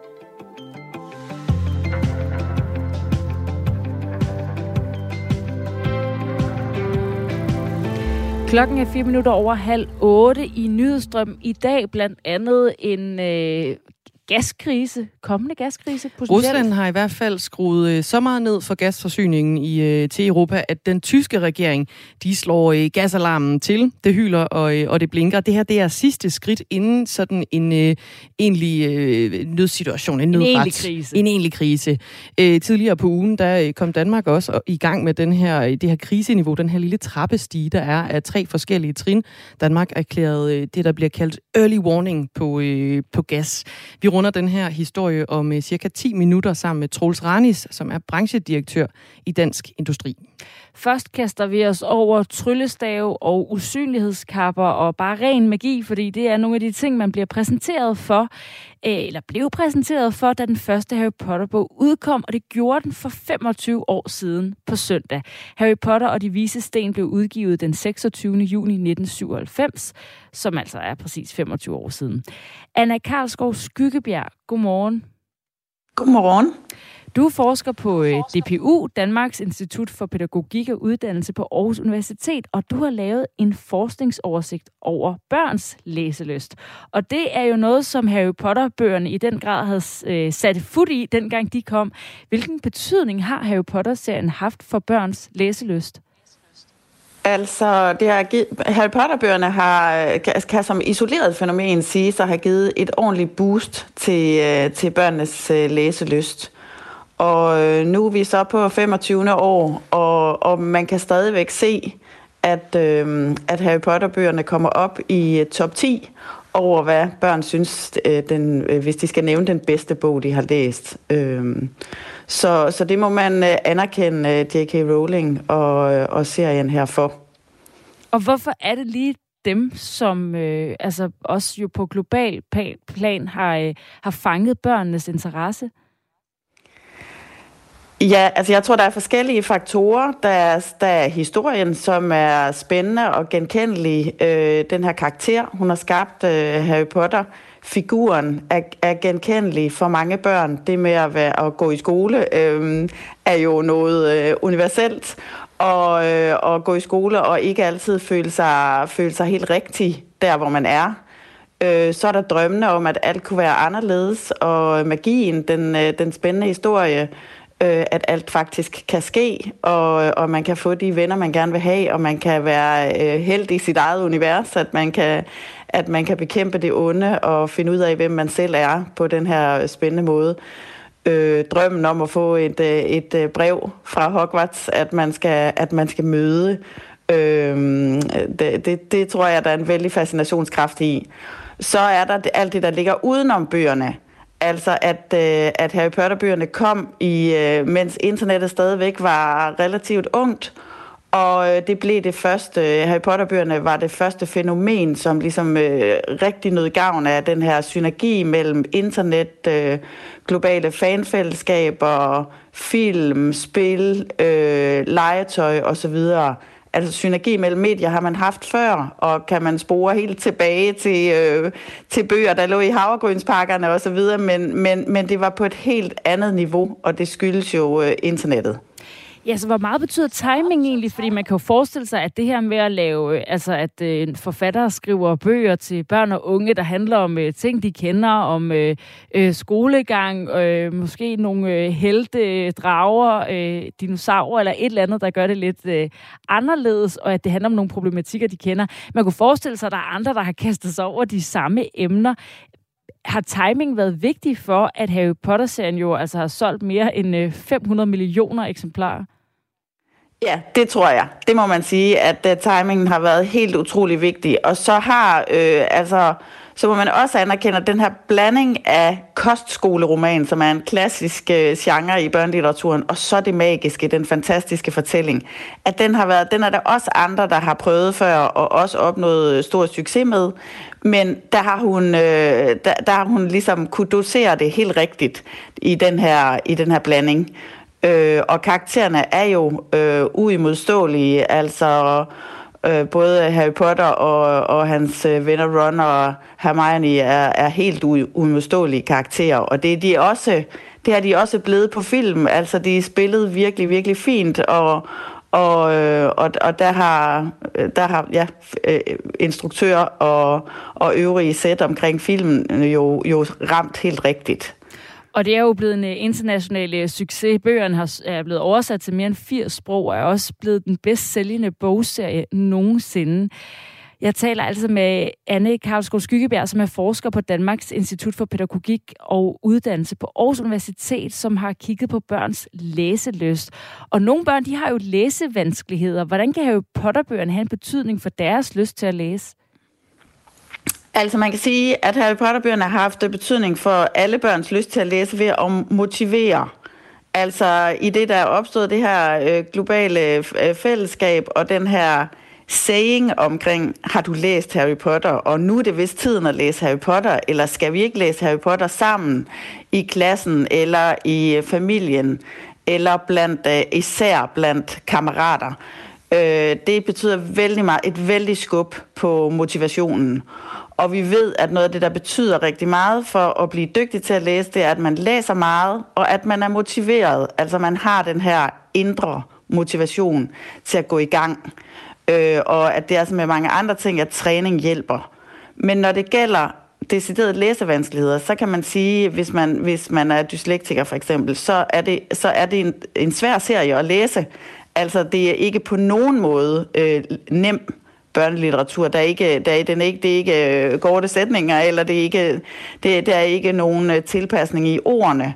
Klokken er fire minutter over halv otte i Nyhedsstrøm. I dag blandt andet en øh, gaskrise, kommende gaskrise? Rusland har i hvert fald skruet så meget ned for gasforsyningen i, til Europa, at den tyske regering, de slår gasalarmen til. Det hyler, og, og det blinker. Det her, det er sidste skridt inden sådan en øh, egentlig øh, nødsituation, en nødret. En egentlig krise. En egentlig krise. Øh, tidligere på ugen, der kom Danmark også i gang med den her, det her kriseniveau, den her lille trappestige, der er af tre forskellige trin. Danmark erklærede det, der bliver kaldt early warning på, øh, på gas. Vi runder den her historie om øh, cirka ti minutter sammen med Troels Ranis, som er branchedirektør i Dansk Industri. Først kaster vi os over tryllestave og usynlighedskapper og bare ren magi, fordi det er nogle af de ting, man bliver præsenteret for, eller blev præsenteret for, da den første Harry Potter-bog udkom, og det gjorde den for femogtyve år siden på søndag. Harry Potter og de vise sten blev udgivet den seksogtyvende juni nitten syvoghalvfems, som altså er præcis femogtyve år siden. Anna Karlskov Skyggebjerg, godmorgen. Godmorgen. Du er forsker på D P U, Danmarks Institut for Pædagogik og Uddannelse på Aarhus Universitet, og du har lavet en forskningsoversigt over børns læselyst. Og det er jo noget, som Harry Potter-bøgerne i den grad havde sat fod i, dengang de kom. Hvilken betydning har Harry Potter-serien haft for børns læselyst? Altså, det har givet, Harry Potter-bøgerne har, kan, kan som isoleret fænomen sige, så har givet et ordentligt boost til, til børnenes læselyst. Og nu er vi så på femogtyvende år, og, og man kan stadigvæk se, at, øh, at Harry Potter-bøgerne kommer op i top ti over, hvad børn synes, den, hvis de skal nævne den bedste bog, de har læst. Øh, så, så det må man anerkende J K Rowling og, og serien herfor. Og hvorfor er det lige dem, som øh, altså også jo på global plan har, øh, har fanget børnenes interesse? Ja, altså jeg tror, der er forskellige faktorer. Der er, der er historien, som er spændende og genkendelig. Øh, den her karakter, hun har skabt, øh, Harry Potter, figuren er, er genkendelig for mange børn. Det med at, være, at gå i skole øh, er jo noget øh, universelt. Og, øh, at gå i skole og ikke altid føle sig, føle sig helt rigtig der, hvor man er. Øh, så er der drømmene om, at alt kunne være anderledes, og magien, den, den spændende historie, at alt faktisk kan ske, og, og man kan få de venner, man gerne vil have, og man kan være øh, heldig i sit eget univers, at man, kan, at man kan bekæmpe det onde og finde ud af, hvem man selv er på den her spændende måde. Øh, drømmen om at få et, et brev fra Hogwarts, at man skal, at man skal møde, øh, det, det, det tror jeg, der er en vældig fascinationskraft i. Så er der alt det, der ligger udenom bøgerne. Altså, at, øh, at Harry Potter-bøgerne kom, i, øh, mens internettet stadigvæk var relativt ungt, og øh, det blev det første, Harry Potter-bøgerne var det første fænomen, som ligesom øh, rigtig nød gavn af den her synergi mellem internet, øh, globale fanfællesskaber, film, spil, øh, legetøj osv. Altså synergi mellem medier har man haft før, og kan man spore helt tilbage til, øh, til bøger, der lå i havregrynspakkerne og så videre, men, men, men det var på et helt andet niveau, og det skyldes jo øh, internettet. Ja, så hvor meget betyder timing egentlig? Fordi man kan jo forestille sig, at det her med at lave, altså at øh, forfattere skriver bøger til børn og unge, der handler om øh, ting, de kender, om øh, øh, skolegang, øh, måske nogle øh, helte, drager, øh, dinosaurer eller et eller andet, der gør det lidt øh, anderledes, og at det handler om nogle problematikker, de kender. Man kunne forestille sig, at der er andre, der har kastet sig over de samme emner. Har timing været vigtig for, at Harry Potter-serien jo altså har solgt mere end fem hundrede millioner eksemplarer? Ja, det tror jeg. Det må man sige, at uh, timingen har været helt utrolig vigtig. Og så har, øh, altså, så må man også anerkende, at den her blanding af kostskoleroman, som er en klassisk øh, genre i børnelitteraturen, og så det magiske, den fantastiske fortælling, at den har været, den er der også andre, der har prøvet før, og også opnået stor succes med. Men der har hun, øh, der, der har hun ligesom kunne dosere det helt rigtigt i den her, i den her blanding. Øh, og karaktererne er jo øh, uimodståelige, altså øh, både Harry Potter og, og hans øh, venner Ron og Hermione er, er helt uimodståelige karakterer, og det er de også, det har de også blevet på film, altså de er spillet virkelig, virkelig fint, og, Og, øh, og, og der har, der har ja, instruktører og, og øvrige sæt omkring filmen jo, jo ramt helt rigtigt. Og det er jo blevet en international succes. Bøgerne er blevet oversat til mere end firs sprog, og er også blevet den bedst sælgende bogserie nogensinde. Jeg taler altså med Anne Karlsgaard Skyggebjerg, som er forsker på Danmarks Institut for Pædagogik og Uddannelse på Aarhus Universitet, som har kigget på børns læselyst. Og nogle børn, de har jo læsevanskeligheder. Hvordan kan Harry Potter-bøgerne have en betydning for deres lyst til at læse? Altså man kan sige, at Harry Potter-bøgerne har haft betydning for alle børns lyst til at læse ved at motivere. Altså i det, der er opstået det her øh, globale øh, fællesskab og den her saying omkring, har du læst Harry Potter, og nu er det vist tiden at læse Harry Potter, eller skal vi ikke læse Harry Potter sammen i klassen, eller i familien, eller blandt, øh, især blandt kammerater. Øh, det betyder vældig meget, et vældig skub på motivationen. Og vi ved, at noget af det, der betyder rigtig meget for at blive dygtig til at læse, det er, at man læser meget, og at man er motiveret. Altså man har den her indre motivation til at gå i gang. Øh, og at det er altså med mange andre ting, at træning hjælper. Men når det gælder deciderede læsevanskeligheder, så kan man sige, hvis man, hvis man er dyslektiker for eksempel, så er det, så er det en, en svær serie at læse. Altså det er ikke på nogen måde øh, nem børnelitteratur. Der er ikke, der er, den er ikke, det er ikke korte sætninger, eller det er ikke, det, der er ikke nogen tilpasning i ordene.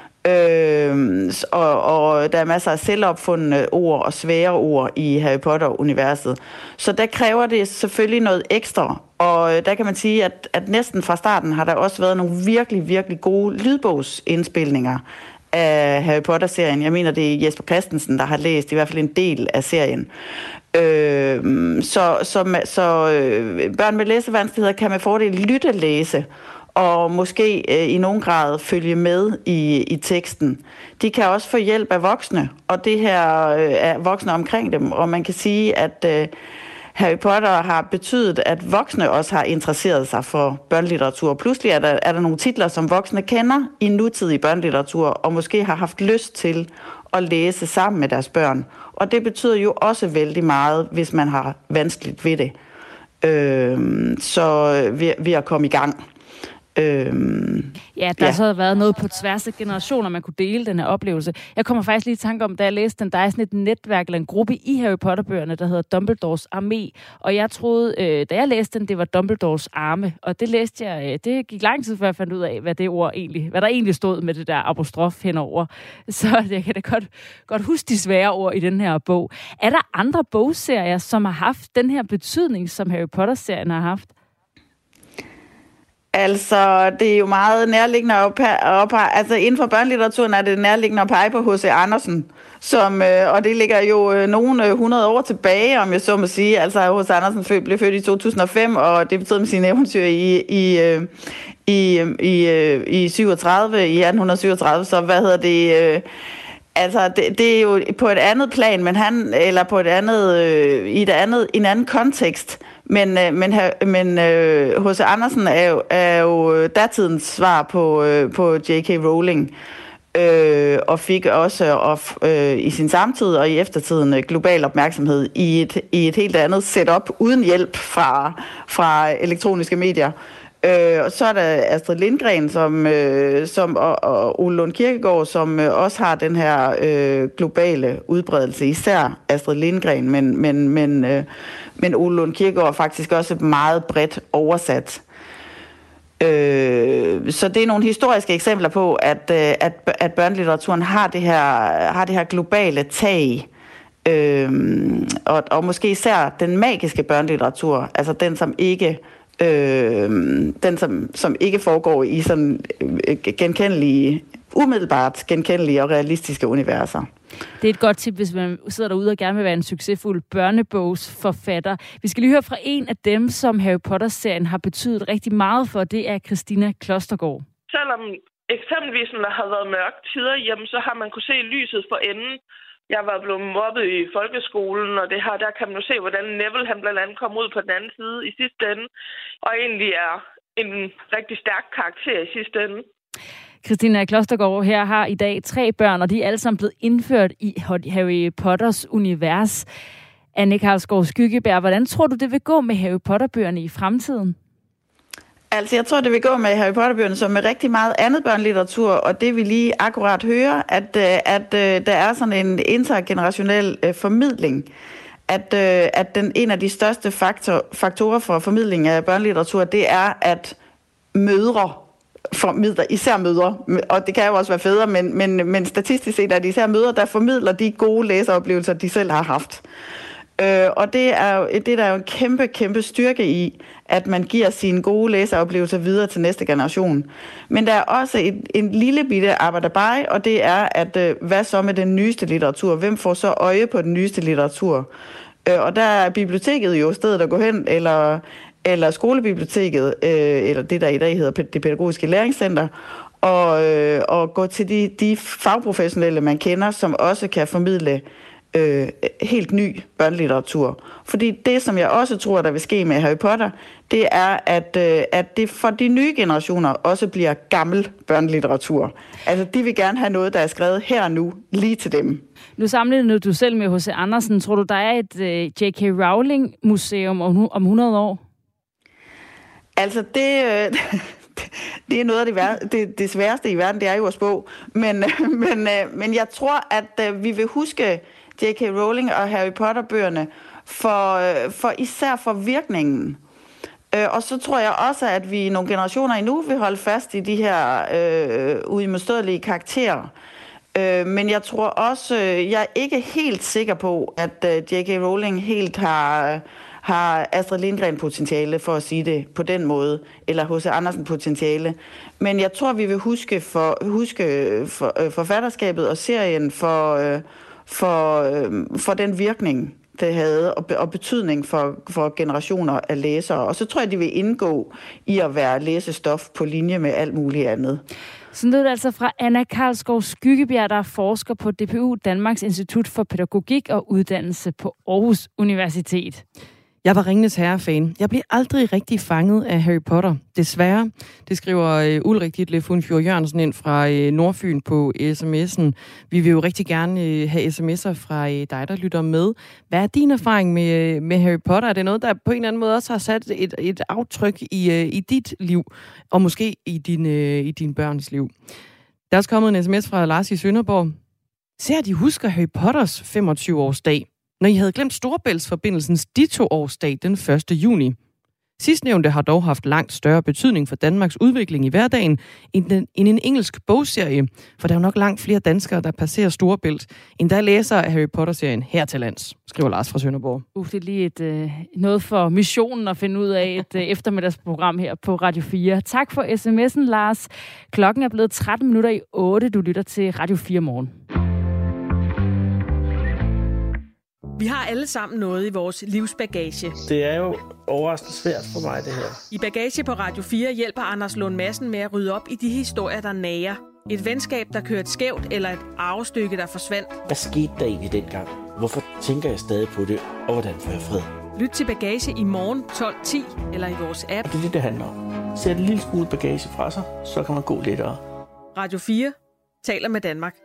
Øh, og, og der er masser af selvopfundne ord og svære ord i Harry Potter-universet. Så der kræver det selvfølgelig noget ekstra. Og der kan man sige, at, at næsten fra starten har der også været nogle virkelig, virkelig gode lydbogsindspilninger af Harry Potter-serien. Jeg mener, det er Jesper Christensen, der har læst i hvert fald en del af serien. Øh, så så, så øh, børn med læsevanskeligheder kan med fordel lytte læse, og måske øh, i nogen grad følge med i, i teksten. De kan også få hjælp af voksne, og det her øh, er voksne omkring dem. Og man kan sige, at øh, Harry Potter har betydet, at voksne også har interesseret sig for børnelitteratur. Pludselig er der, er der nogle titler, som voksne kender i nutidig børnelitteratur, og måske har haft lyst til at læse sammen med deres børn. Og det betyder jo også vældig meget, hvis man har vanskeligt ved det. Øh, så ved, ved at komme i gang. Øhm, ja, der ja. så har været noget på tværs af generationer, man kunne dele den her oplevelse. Jeg kommer faktisk lige i tanke om, da jeg læste den, der er sådan et netværk eller en gruppe i Harry Potter-bøgerne, der hedder Dumbledores Armé, og jeg troede, øh, da jeg læste den, det var Dumbledores arme, og det læste jeg, øh, det gik lang tid, før jeg fandt ud af, hvad det ord egentlig, hvad der egentlig stod med det der apostrof henover. Så jeg kan da godt, godt huske de svære ord i den her bog. Er der andre bogserier, som har haft den her betydning, som Harry Potter-serien har haft? Altså, det er jo meget nærliggende at pege, altså inden for børnelitteraturen er det nærliggende at pege på H C Andersen, som, og det ligger jo nogle hundrede år tilbage, om jeg så må sige. Altså, H C Andersen blev født i to tusind og fem, og det betød med sine eventyr i, i, i, i, i syvogtredive, i atten syvogtredive, så hvad hedder det... Altså, det, det er jo på et andet plan, men han, eller på et andet, øh, i et andet, en anden kontekst. Men, øh, men, men øh, H C Andersen er jo, er jo datidens svar på, øh, på J K Rowling, øh, og fik også og, øh, i sin samtid og i eftertiden global opmærksomhed i et, i et helt andet setup, uden hjælp fra, fra elektroniske medier. Øh, og så er der Astrid Lindgren, som, øh, som, og, og Ole Lund Kirkegaard, som øh, også har den her øh, globale udbredelse, især Astrid Lindgren, men, men, men, øh, men Ole Lund Kirkegaard er faktisk også meget bredt oversat. Øh, så det er nogle historiske eksempler på, at, øh, at, at børnelitteraturen har det her, har det her globale tag. Øh, og, og måske især den magiske børnelitteratur, altså den, som ikke... Øh, den, som, som ikke foregår i sådan øh, genkendelige, umiddelbart genkendelige og realistiske universer. Det er et godt tip, hvis man sidder derude og gerne vil være en succesfuld børnebogsforfatter. Vi skal lige høre fra en af dem, som Harry Potter-serien har betydet rigtig meget for. Det er Christina Klostergaard. Selvom eksempelvis når der har været mørke tider hjemme, så har man kunne se lyset for enden. Jeg var blevet mobbet i folkeskolen, og det her, der kan man jo se, hvordan Neville han blandt andet kom ud på den anden side i sidste ende, og egentlig er en rigtig stærk karakter i sidste ende. Christina Klostergaard her har i dag tre børn, og de er alle sammen blevet indført i Harry Potters univers. Anne Karlsgaard Skyggebjerg, hvordan tror du, det vil gå med Harry Potter-bøgerne i fremtiden? Altså, jeg tror, det vil gå med Harry Potter-bøgerne som med rigtig meget andet børnelitteratur, og det vi lige akkurat hører, at, at der er sådan en intergenerationel uh, formidling. At, uh, at den, en af de største faktor, faktorer for formidling af børnelitteratur, det er, at mødre formidler, især mødre, og det kan jo også være fædre, men, men, men statistisk set er det især mødre, der formidler de gode læseoplevelser, de selv har haft. Øh, og det er, jo, det er der jo en kæmpe, kæmpe styrke i, at man giver sine gode læseoplevelser videre til næste generation. Men der er også et, en lille bitte arbejderbej, og det er, at øh, hvad så med den nyeste litteratur? Hvem får så øje på den nyeste litteratur? Øh, og der er biblioteket jo stedet at gå hen, eller, eller skolebiblioteket, øh, eller det der i dag hedder det pædagogiske læringscenter, og, øh, og gå til de, de fagprofessionelle, man kender, som også kan formidle Øh, helt ny børnelitteratur. Fordi det, som jeg også tror, der vil ske med Harry Potter, det er, at, øh, at det for de nye generationer også bliver gammel børnelitteratur. Altså, de vil gerne have noget, der er skrevet her og nu, lige til dem. Nu sammenligner du selv med H C Andersen. Tror du, der er et øh, J K Rowling-museum om, om hundrede år? Altså, det... Øh, Det er noget af det, vær- det, det sværeste i verden, det er jo at spå. Men, men, men jeg tror, at vi vil huske J K Rowling og Harry Potter-bøgerne for, for især for virkningen. Og så tror jeg også, at vi i nogle generationer endnu vil holde fast i de her øh, uimodståelige karakterer. Øh, men jeg tror også, jeg er ikke helt sikker på, at J K Rowling helt har... har Astrid Lindgren potentiale, for at sige det på den måde, eller H C Andersen potentiale. Men jeg tror, vi vil huske, for, huske for, øh, forfatterskabet og serien for, øh, for, øh, for den virkning, det havde, og, og betydning for, for generationer af læsere. Og så tror jeg, de vil indgå i at være læsestof på linje med alt muligt andet. Sådan lød det altså fra Anna Karlsgaard Skyggebjerg, der er forsker på D P U, Danmarks Institut for Pædagogik og Uddannelse på Aarhus Universitet. Jeg var Ringenes Herre-fan. Jeg blev aldrig rigtig fanget af Harry Potter. Desværre, det skriver uh, Ulrik Ditlef-Unfjord Jørgensen ind fra uh, Nordfyn på sms'en. Vi vil jo rigtig gerne uh, have sms'er fra uh, dig, der lytter med. Hvad er din erfaring med, uh, med Harry Potter? Er det noget, der på en eller anden måde også har sat et, et aftryk i, uh, i dit liv, og måske i din, uh, i din børns liv? Der er også kommet en sms fra Lars i Sønderborg. Ser de husker Harry Potters femogtyve-årsdag, når I havde glemt Storebæltsforbindelsens ditto-årsdag den første juni. Sidstnævnte har dog haft langt større betydning for Danmarks udvikling i hverdagen end, den, end en engelsk bogserie, for der er jo nok langt flere danskere, der passerer Storebælt, end der læser af Harry Potter-serien her til lands, skriver Lars fra Sønderborg. Uh, det er lige et, øh, noget for missionen at finde ud af et øh, eftermiddagsprogram her på Radio fire. Tak for sms'en, Lars. Klokken er blevet tretten minutter i otte. Du lytter til Radio fire morgen. Vi har alle sammen noget i vores livsbagage. Det er jo overraskende svært for mig, det her. I Bagage på Radio fire hjælper Anders Lund Madsen med at rydde op i de historier, der nager. Et venskab, der kørte skævt, eller et arvestykke, der forsvandt. Hvad skete der egentlig dengang? Hvorfor tænker jeg stadig på det, og hvordan får jeg fred? Lyt til Bagage i morgen tolv ti eller i vores app. Og det er det, det handler om. Sæt en lille smule bagage fra sig, så kan man gå lettere. Radio fire taler med Danmark.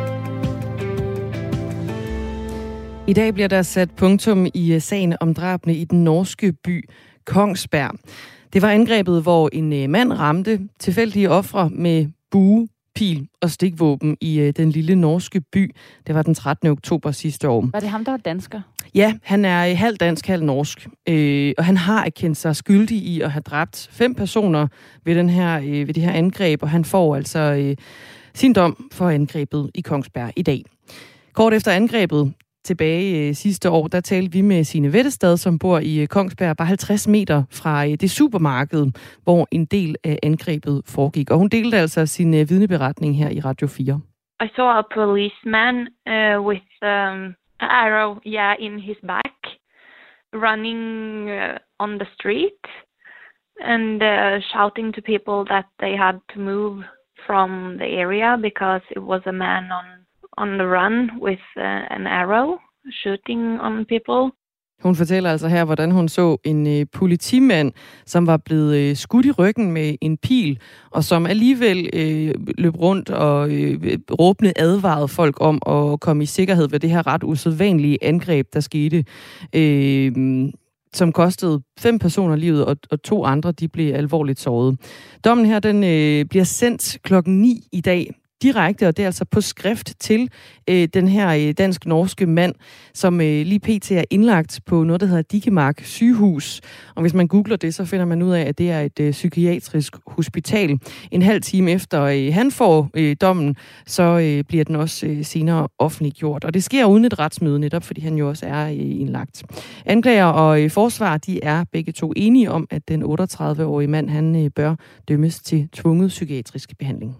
I dag bliver der sat punktum i sagen om drabene i den norske by Kongsberg. Det var angrebet, hvor en mand ramte tilfældige ofre med bue, pil og stikvåben i den lille norske by. Det var den trettende oktober sidste år. Var det ham, der var dansker? Ja, han er halv dansk, halv norsk. Øh, og han har erkendt sig skyldig i at have dræbt fem personer ved, den her, øh, ved det her angreb, og han får altså øh, sin dom for angrebet i Kongsberg i dag. Kort efter angrebet, tilbage øh, sidste år, der talte vi med Signe Vettestad, som bor i øh, Kongsberg, bare halvtreds meter fra øh, det supermarked, hvor en del af angrebet foregik. Og hun delte altså sin øh, vidneberetning her i Radio fire. I saw a policeman uh, with um, an arrow yeah, in his back, running uh, on the street and uh, shouting to people that they had to move from the area because it was a man on on the run with uh, an arrow shooting on people. Hun fortæller altså her, hvordan hun så en øh, politimand, som var blevet øh, skudt i ryggen med en pil, og som alligevel øh, løb rundt og øh, råbende advarede folk om at komme i sikkerhed ved det her ret usædvanlige angreb, der skete, øh, som kostede fem personer livet, og, og to andre de blev alvorligt såret. Dommen her den øh, bliver sendt klokken ni i dag. Direkte, og det er altså på skrift til øh, den her øh, dansk-norske mand, som øh, lige pt. Er indlagt på noget, der hedder Dikemark sygehus. Og hvis man googler det, så finder man ud af, at det er et øh, psykiatrisk hospital. En halv time efter øh, han får øh, dommen, så øh, bliver den også øh, senere offentliggjort. Og det sker uden et retsmøde, netop fordi han jo også er øh, indlagt. Anklager og øh, forsvar, de er begge to enige om, at den otteogtredive-årige mand, han øh, bør dømmes til tvunget psykiatrisk behandling.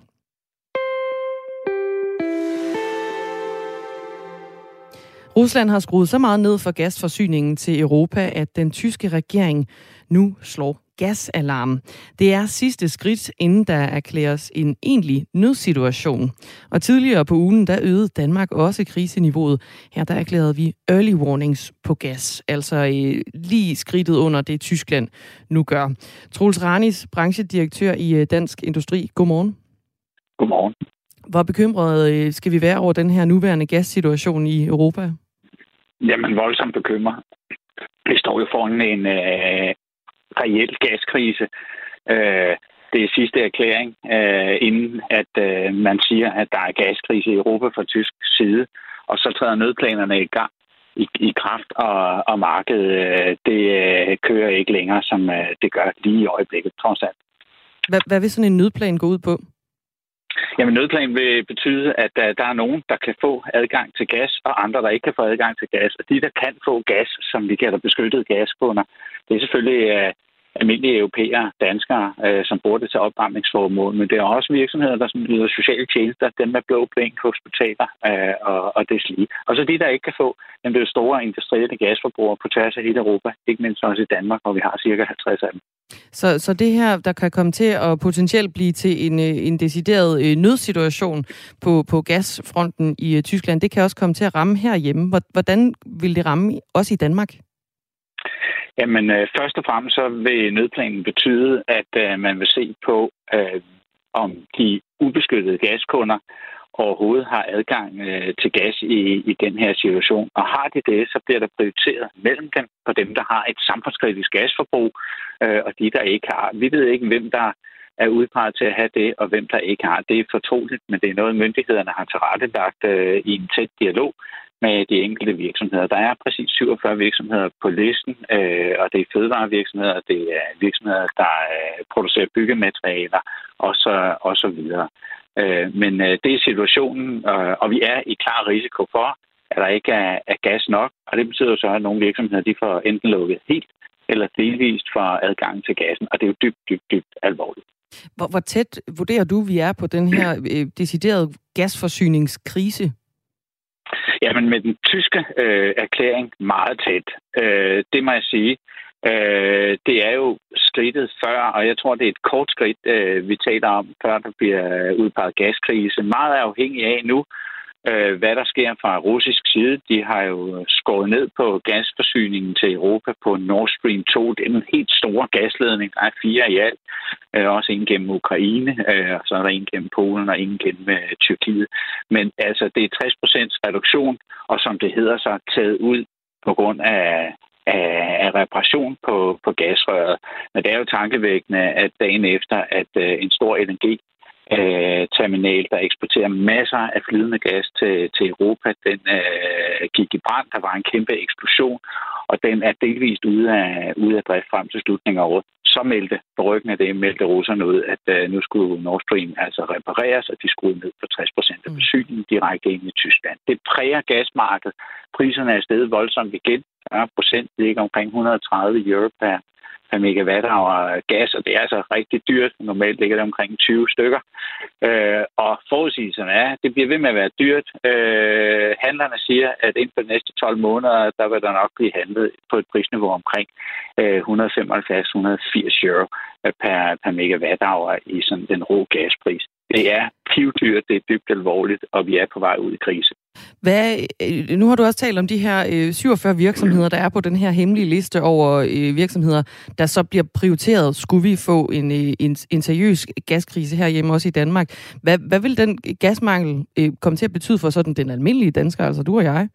Rusland har skruet så meget ned for gasforsyningen til Europa, at den tyske regering nu slår gasalarm. Det er sidste skridt, inden der erklæres en egentlig nødsituation. Og tidligere på ugen, der øgede Danmark også kriseniveauet. Her der erklærede vi early warnings på gas, altså øh, lige skridtet under det Tyskland nu gør. Troels Ranis, branchedirektør i øh, Dansk Industri. Godmorgen. Godmorgen. Hvor bekymret øh, skal vi være over den her nuværende gassituation i Europa? Jamen, voldsomt bekymret. Vi står jo foran en øh, reel gaskrise. Øh, det er sidste erklæring, øh, inden at øh, man siger, at der er gaskrise i Europa fra tysk side. Og så træder nødplanerne i gang i, i kraft, og, og markedet øh, det øh, kører ikke længere, som øh, det gør lige i øjeblikket, trods alt. Hvad, hvad vil sådan en nødplan gå ud på? Jamen, nødplan vil betyde, at uh, der er nogen, der kan få adgang til gas, og andre, der ikke kan få adgang til gas. Og de, der kan få gas, som vi kalder beskyttede gaskunder, det er selvfølgelig uh, almindelige europæere, danskere, uh, som bruger det til opvarmningsformål. Men det er også virksomheder, der som yder sociale tjenester, dem med blå blink, hospitaler uh, og, og det slige. Og så de, der ikke kan få, dem det er store industrielle gasforbrugere på tværs af hele Europa, ikke mindst også i Danmark, hvor vi har cirka halvtreds af dem. Så, så det her, der kan komme til at potentielt blive til en, en decideret øh, nødsituation på, på gasfronten i øh, Tyskland, det kan også komme til at ramme herhjemme. Hvordan vil det ramme også i Danmark? Jamen, øh, først og fremmest så vil nødplanen betyde, at øh, man vil se på, øh, om de ubeskyttede gaskunder overhovedet har adgang øh, til gas i, i den her situation. Og har de det, så bliver der prioriteret mellem dem, på dem, der har et samfundskritisk gasforbrug, øh, og de, der ikke har. Vi ved ikke, hvem der er udpeget til at have det, og hvem der ikke har. Det er fortroligt, men det er noget, myndighederne har tilrettelagt øh, i en tæt dialog med de enkelte virksomheder. Der er præcis syvogfyrre virksomheder på listen, øh, og det er fødevarevirksomheder, det er virksomheder, der øh, producerer byggematerialer, og så, og så videre. Men øh, det er situationen, øh, og vi er i klar risiko for, at der ikke er, er gas nok. Og det betyder så, at nogle virksomheder de får enten lukket helt eller delvist for adgang til gassen. Og det er jo dybt, dybt, dybt alvorligt. Hvor, hvor tæt vurderer du, vi er på den her øh, deciderede gasforsyningskrise? Jamen med den tyske øh, erklæring meget tæt. Øh, det må jeg sige. Øh, det er jo skridtet før, og jeg tror, det er et kort skridt, øh, vi taler om, før der bliver udpeget gaskrise. Meget er afhængig af nu, øh, hvad der sker fra russisk side. De har jo skåret ned på gasforsyningen til Europa på Nord Stream to. Det er en helt stor gasledning. Der er fire i alt. Øh, også en gennem Ukraine, øh, og så er der en gennem Polen og en gennem øh, Tyrkiet. Men altså, det er tres procent reduktion, og som det hedder så, taget ud på grund af af reparation på, på gasrøret. Men det er jo tankevækkende, at dagen efter, at uh, en stor L N G-terminal, uh, der eksporterer masser af flydende gas til, til Europa, den uh, gik i brand. Der var en kæmpe eksplosion, og den er delvist ude af, ude af drift frem til slutningen af året. Så meldte på ryggen af det, meldte russerne ud, at uh, nu skulle Nord Stream altså repareres, og de skulle ned på tres procent af forsyningen direkte ind i Tyskland. Det præger gasmarkedet. Priserne er steget voldsomt igen. fyrre procent ligger omkring et hundrede og tredive euro per, per megawatt-hour gas, og det er altså rigtig dyrt. Normalt ligger det omkring tyve stykker. Øh, og forudsigelserne er, det bliver ved med at være dyrt. Øh, handlerne siger, at inden for de næste tolv måneder, der vil der nok blive handlet på et prisniveau omkring øh, et hundrede og femoghalvfjerds til et hundrede og firs euro per, per megawatt-hour i sådan den rå gaspris. Det er pivdyrt, det er dybt alvorligt, og vi er på vej ud i krise. Hvad, nu har du også talt om de her øh, syvogfyrre virksomheder, der er på den her hemmelige liste over øh, virksomheder, der så bliver prioriteret. Skulle vi få en, øh, en, en seriøs gaskrise herhjemme, også i Danmark? Hvad, hvad vil den gasmangel øh, komme til at betyde for sådan den almindelige dansker, altså du og jeg?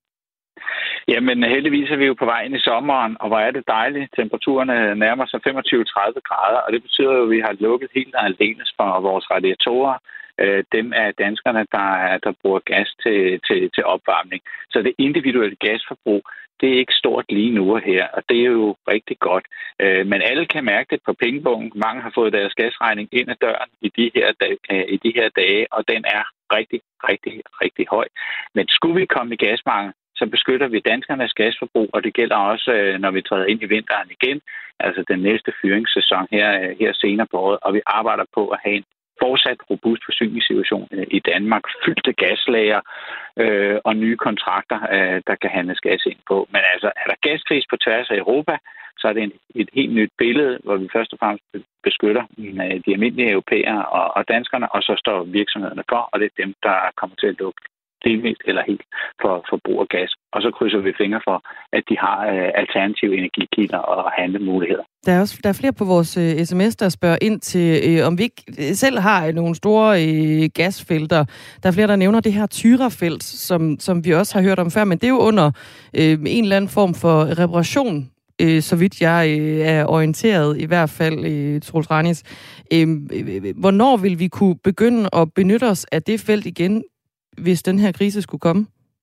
Jamen heldigvis er vi jo på vej ind i sommeren, og hvor er det dejligt. Temperaturerne nærmer sig femogtyve til tredive grader, og det betyder jo, at vi har lukket helt alene for vores radiatorer. Dem er danskerne, der, der bruger gas til, til, til opvarmning. Så det individuelle gasforbrug, det er ikke stort lige nu og her, og det er jo rigtig godt. Men alle kan mærke det på pengebunken. Mange har fået deres gasregning ind ad døren i de her dage, i de her dage og den er rigtig, rigtig, rigtig høj. Men skulle vi komme i gasmangel, så beskytter vi danskernes gasforbrug, og det gælder også, når vi træder ind i vinteren igen, altså den næste fyringssæson her, her senere på året, og vi arbejder på at have en fortsat robust forsyningssituation i Danmark, fyldte gaslager øh, og nye kontrakter, øh, der kan handles gas ind på. Men altså, er der gaskris på tværs af Europa, så er det en, et helt nyt billede, hvor vi først og fremmest beskytter øh, de almindelige europæere og, og danskerne, og så står virksomhederne for, og det er dem, der kommer til at lukke delvist eller helt for, for brug af gas. Og så krydser vi fingre for, at de har øh, alternative energikilder og handlemuligheder. Der er også der er flere på vores øh, sms, der spørger ind til, øh, om vi ikke selv har nogle store øh, gasfelter. Der er flere, der nævner det her Tyrafelt, som, som vi også har hørt om før, men det er jo under øh, en eller anden form for reparation, øh, så vidt jeg øh, er orienteret, i hvert fald, øh, Troels Ranis. Øh, øh, hvornår vil vi kunne begynde at benytte os af det felt igen, hvis den her krise skulle komme?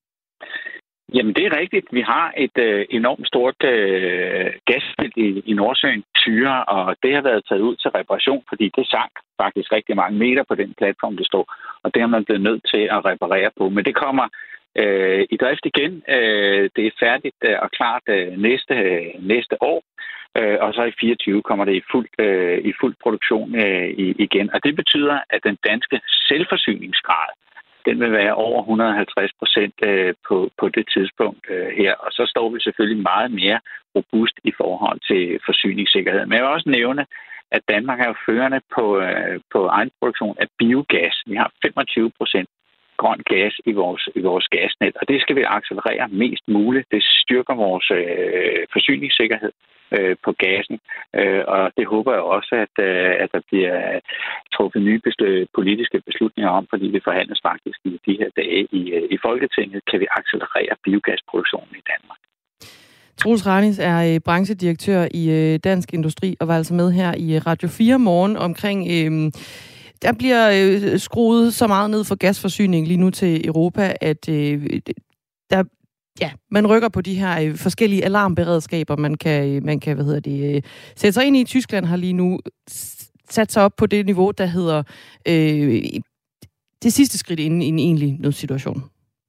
Jamen, det er rigtigt. Vi har et øh, enormt stort øh, gasfelt i, i Nordsøen, Tyra, og det har været taget ud til reparation, fordi det sank faktisk rigtig mange meter på den platform, det står, og det har man blevet nødt til at reparere på. Men det kommer øh, i drift igen. Øh, det er færdigt øh, og klart øh, næste, øh, næste år, øh, og så i fireogtyve kommer det i fuld, øh, i fuld produktion øh, igen. Og det betyder, at den danske selvforsyningsgrad, den vil være over et hundrede og halvtreds procent på, på det tidspunkt her. Og så står vi selvfølgelig meget mere robust i forhold til forsyningssikkerhed. Men jeg vil også nævne, at Danmark er jo førende på, på egen produktion af biogas. Vi har femogtyve procent grøn gas i vores, i vores gasnet, og det skal vi accelerere mest muligt. Det styrker vores øh, forsyningssikkerhed øh, på gassen, øh, og det håber jeg også, at, øh, at der bliver truffet nye besl- politiske beslutninger om, fordi det forhandles faktisk i de her dage i, øh, i Folketinget, kan vi accelerere biogasproduktionen i Danmark. Troels Ranis er øh, branchedirektør i øh, Dansk Industri og var altså med her i Radio fire morgen omkring Øh, Der bliver øh, skruet så meget ned for gasforsyning lige nu til Europa, at øh, der, ja, man rykker på de her øh, forskellige alarmberedskaber, man kan, man kan hvad hedder det, øh, sætte sig ind i. Tyskland har lige nu sat sig op på det niveau, der hedder øh, det sidste skridt inden i en egentlig nødsituation.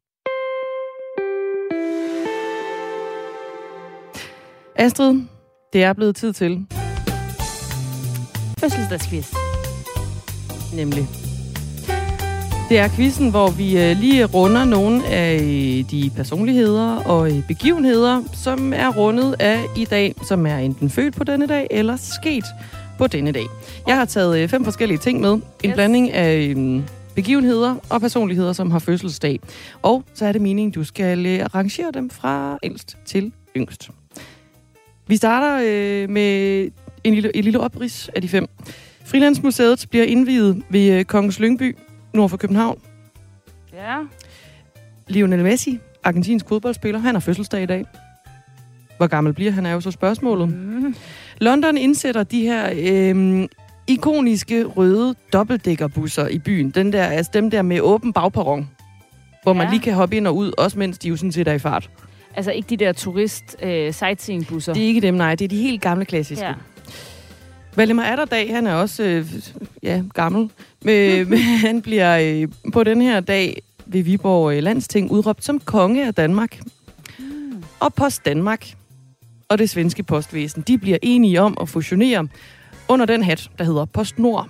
Astrid, det er blevet tid til fødselsdagsquiz. Nemlig. Det er quizzen, hvor vi lige runder nogle af de personligheder og begivenheder, som er rundet af i dag, som er enten født på denne dag eller sket på denne dag. Jeg har taget fem forskellige ting med. En yes. blanding af begivenheder og personligheder, som har fødselsdag. Og så er det meningen, du skal rangere dem fra ældst til yngst. Vi starter øh, med en lille, en lille oprids af de fem. Frilandsmuseet bliver indviet ved Kongens Lyngby, nord for København. Ja. Lionel Messi, argentinsk fodboldspiller, han har fødselsdag i dag. Hvor gammel bliver han, er jo så spørgsmålet. Mm. London indsætter de her øh, ikoniske røde dobbeltdækkerbusser i byen. Den der, altså dem der med åben bagperron, hvor ja. man lige kan hoppe ind og ud, også mens de jo sådan set er i fart. Altså ikke de der turist-sightseeing-busser? Det er ikke dem, nej. Det er de helt gamle klassiske. Ja. Valdemar Atterdag, han er også øh, ja, gammel, men, men han bliver øh, på den her dag ved Viborg øh, Landsting udråbt som konge af Danmark. Mm. Og Post Danmark og det svenske postvæsen, de bliver enige om at fusionere under den hat, der hedder PostNord.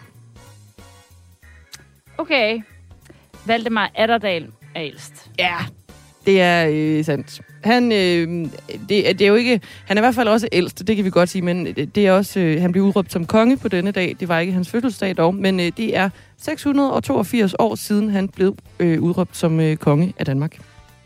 Okay. Valdemar Atterdag er ældst. Ja, det er øh, sandt. Han, øh, det, det er jo ikke, han er i hvert fald også ældst, det kan vi godt sige, men det er også, øh, han blev udråbt som konge på denne dag. Det var ikke hans fødselsdag dog, men øh, det er seks hundrede og toogfirs år siden, han blev øh, udråbt som øh, konge af Danmark.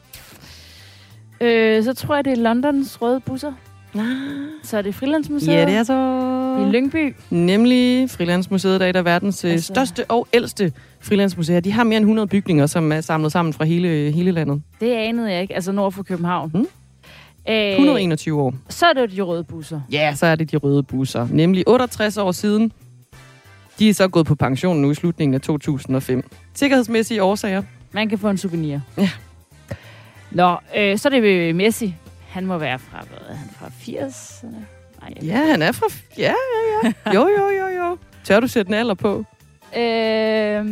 Øh, så tror jeg, det er Londons røde busser. Nej. Så er det Frilandsmuseet. Ja, det er så... I Lyngby. Nemlig Frilandsmuseet, der er et af verdens altså... største og ældste frilandsmuseer. De har mere end hundrede bygninger, som er samlet sammen fra hele, hele landet. Det anede jeg ikke, altså nord for København. Hmm? et hundrede og enogtyve år. Så er det de røde busser. Ja, så er det de røde busser. Nemlig otteogtres år siden. De er så gået på pension nu i slutningen af to tusind og fem. Sikkerhedsmæssige årsager. Man kan få en souvenir. Ja. Nå, øh, så er det Messi. Han må være fra, hvad er han, fra firserne? Nej, ja, han er fra... Ja, ja, ja. Jo, jo, jo, jo. Tør du sætte en alder på? Øh,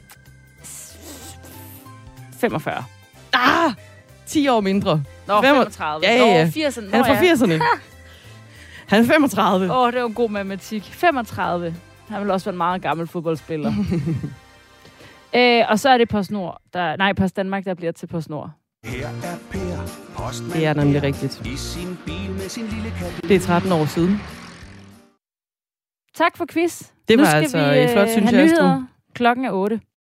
femogfyrre. Ah! ti år mindre. Nå, femogtredive. Ja, ja, ja. Nå, firserne. Han er fra firserne. Han er femogtredive. Åh, oh, det var en god matematik. femogtredive. Han vil også være en meget gammel fodboldspiller. øh, og så er det PostNord, der... Nej, Post Danmark, der bliver til PostNord. Her er Per, postmand. Det er nemlig rigtigt. Det er tretten år siden. Tak for quiz. Det var nu skal altså vi, flot, synes jeg, jeg, nyheder. Klokken er otte.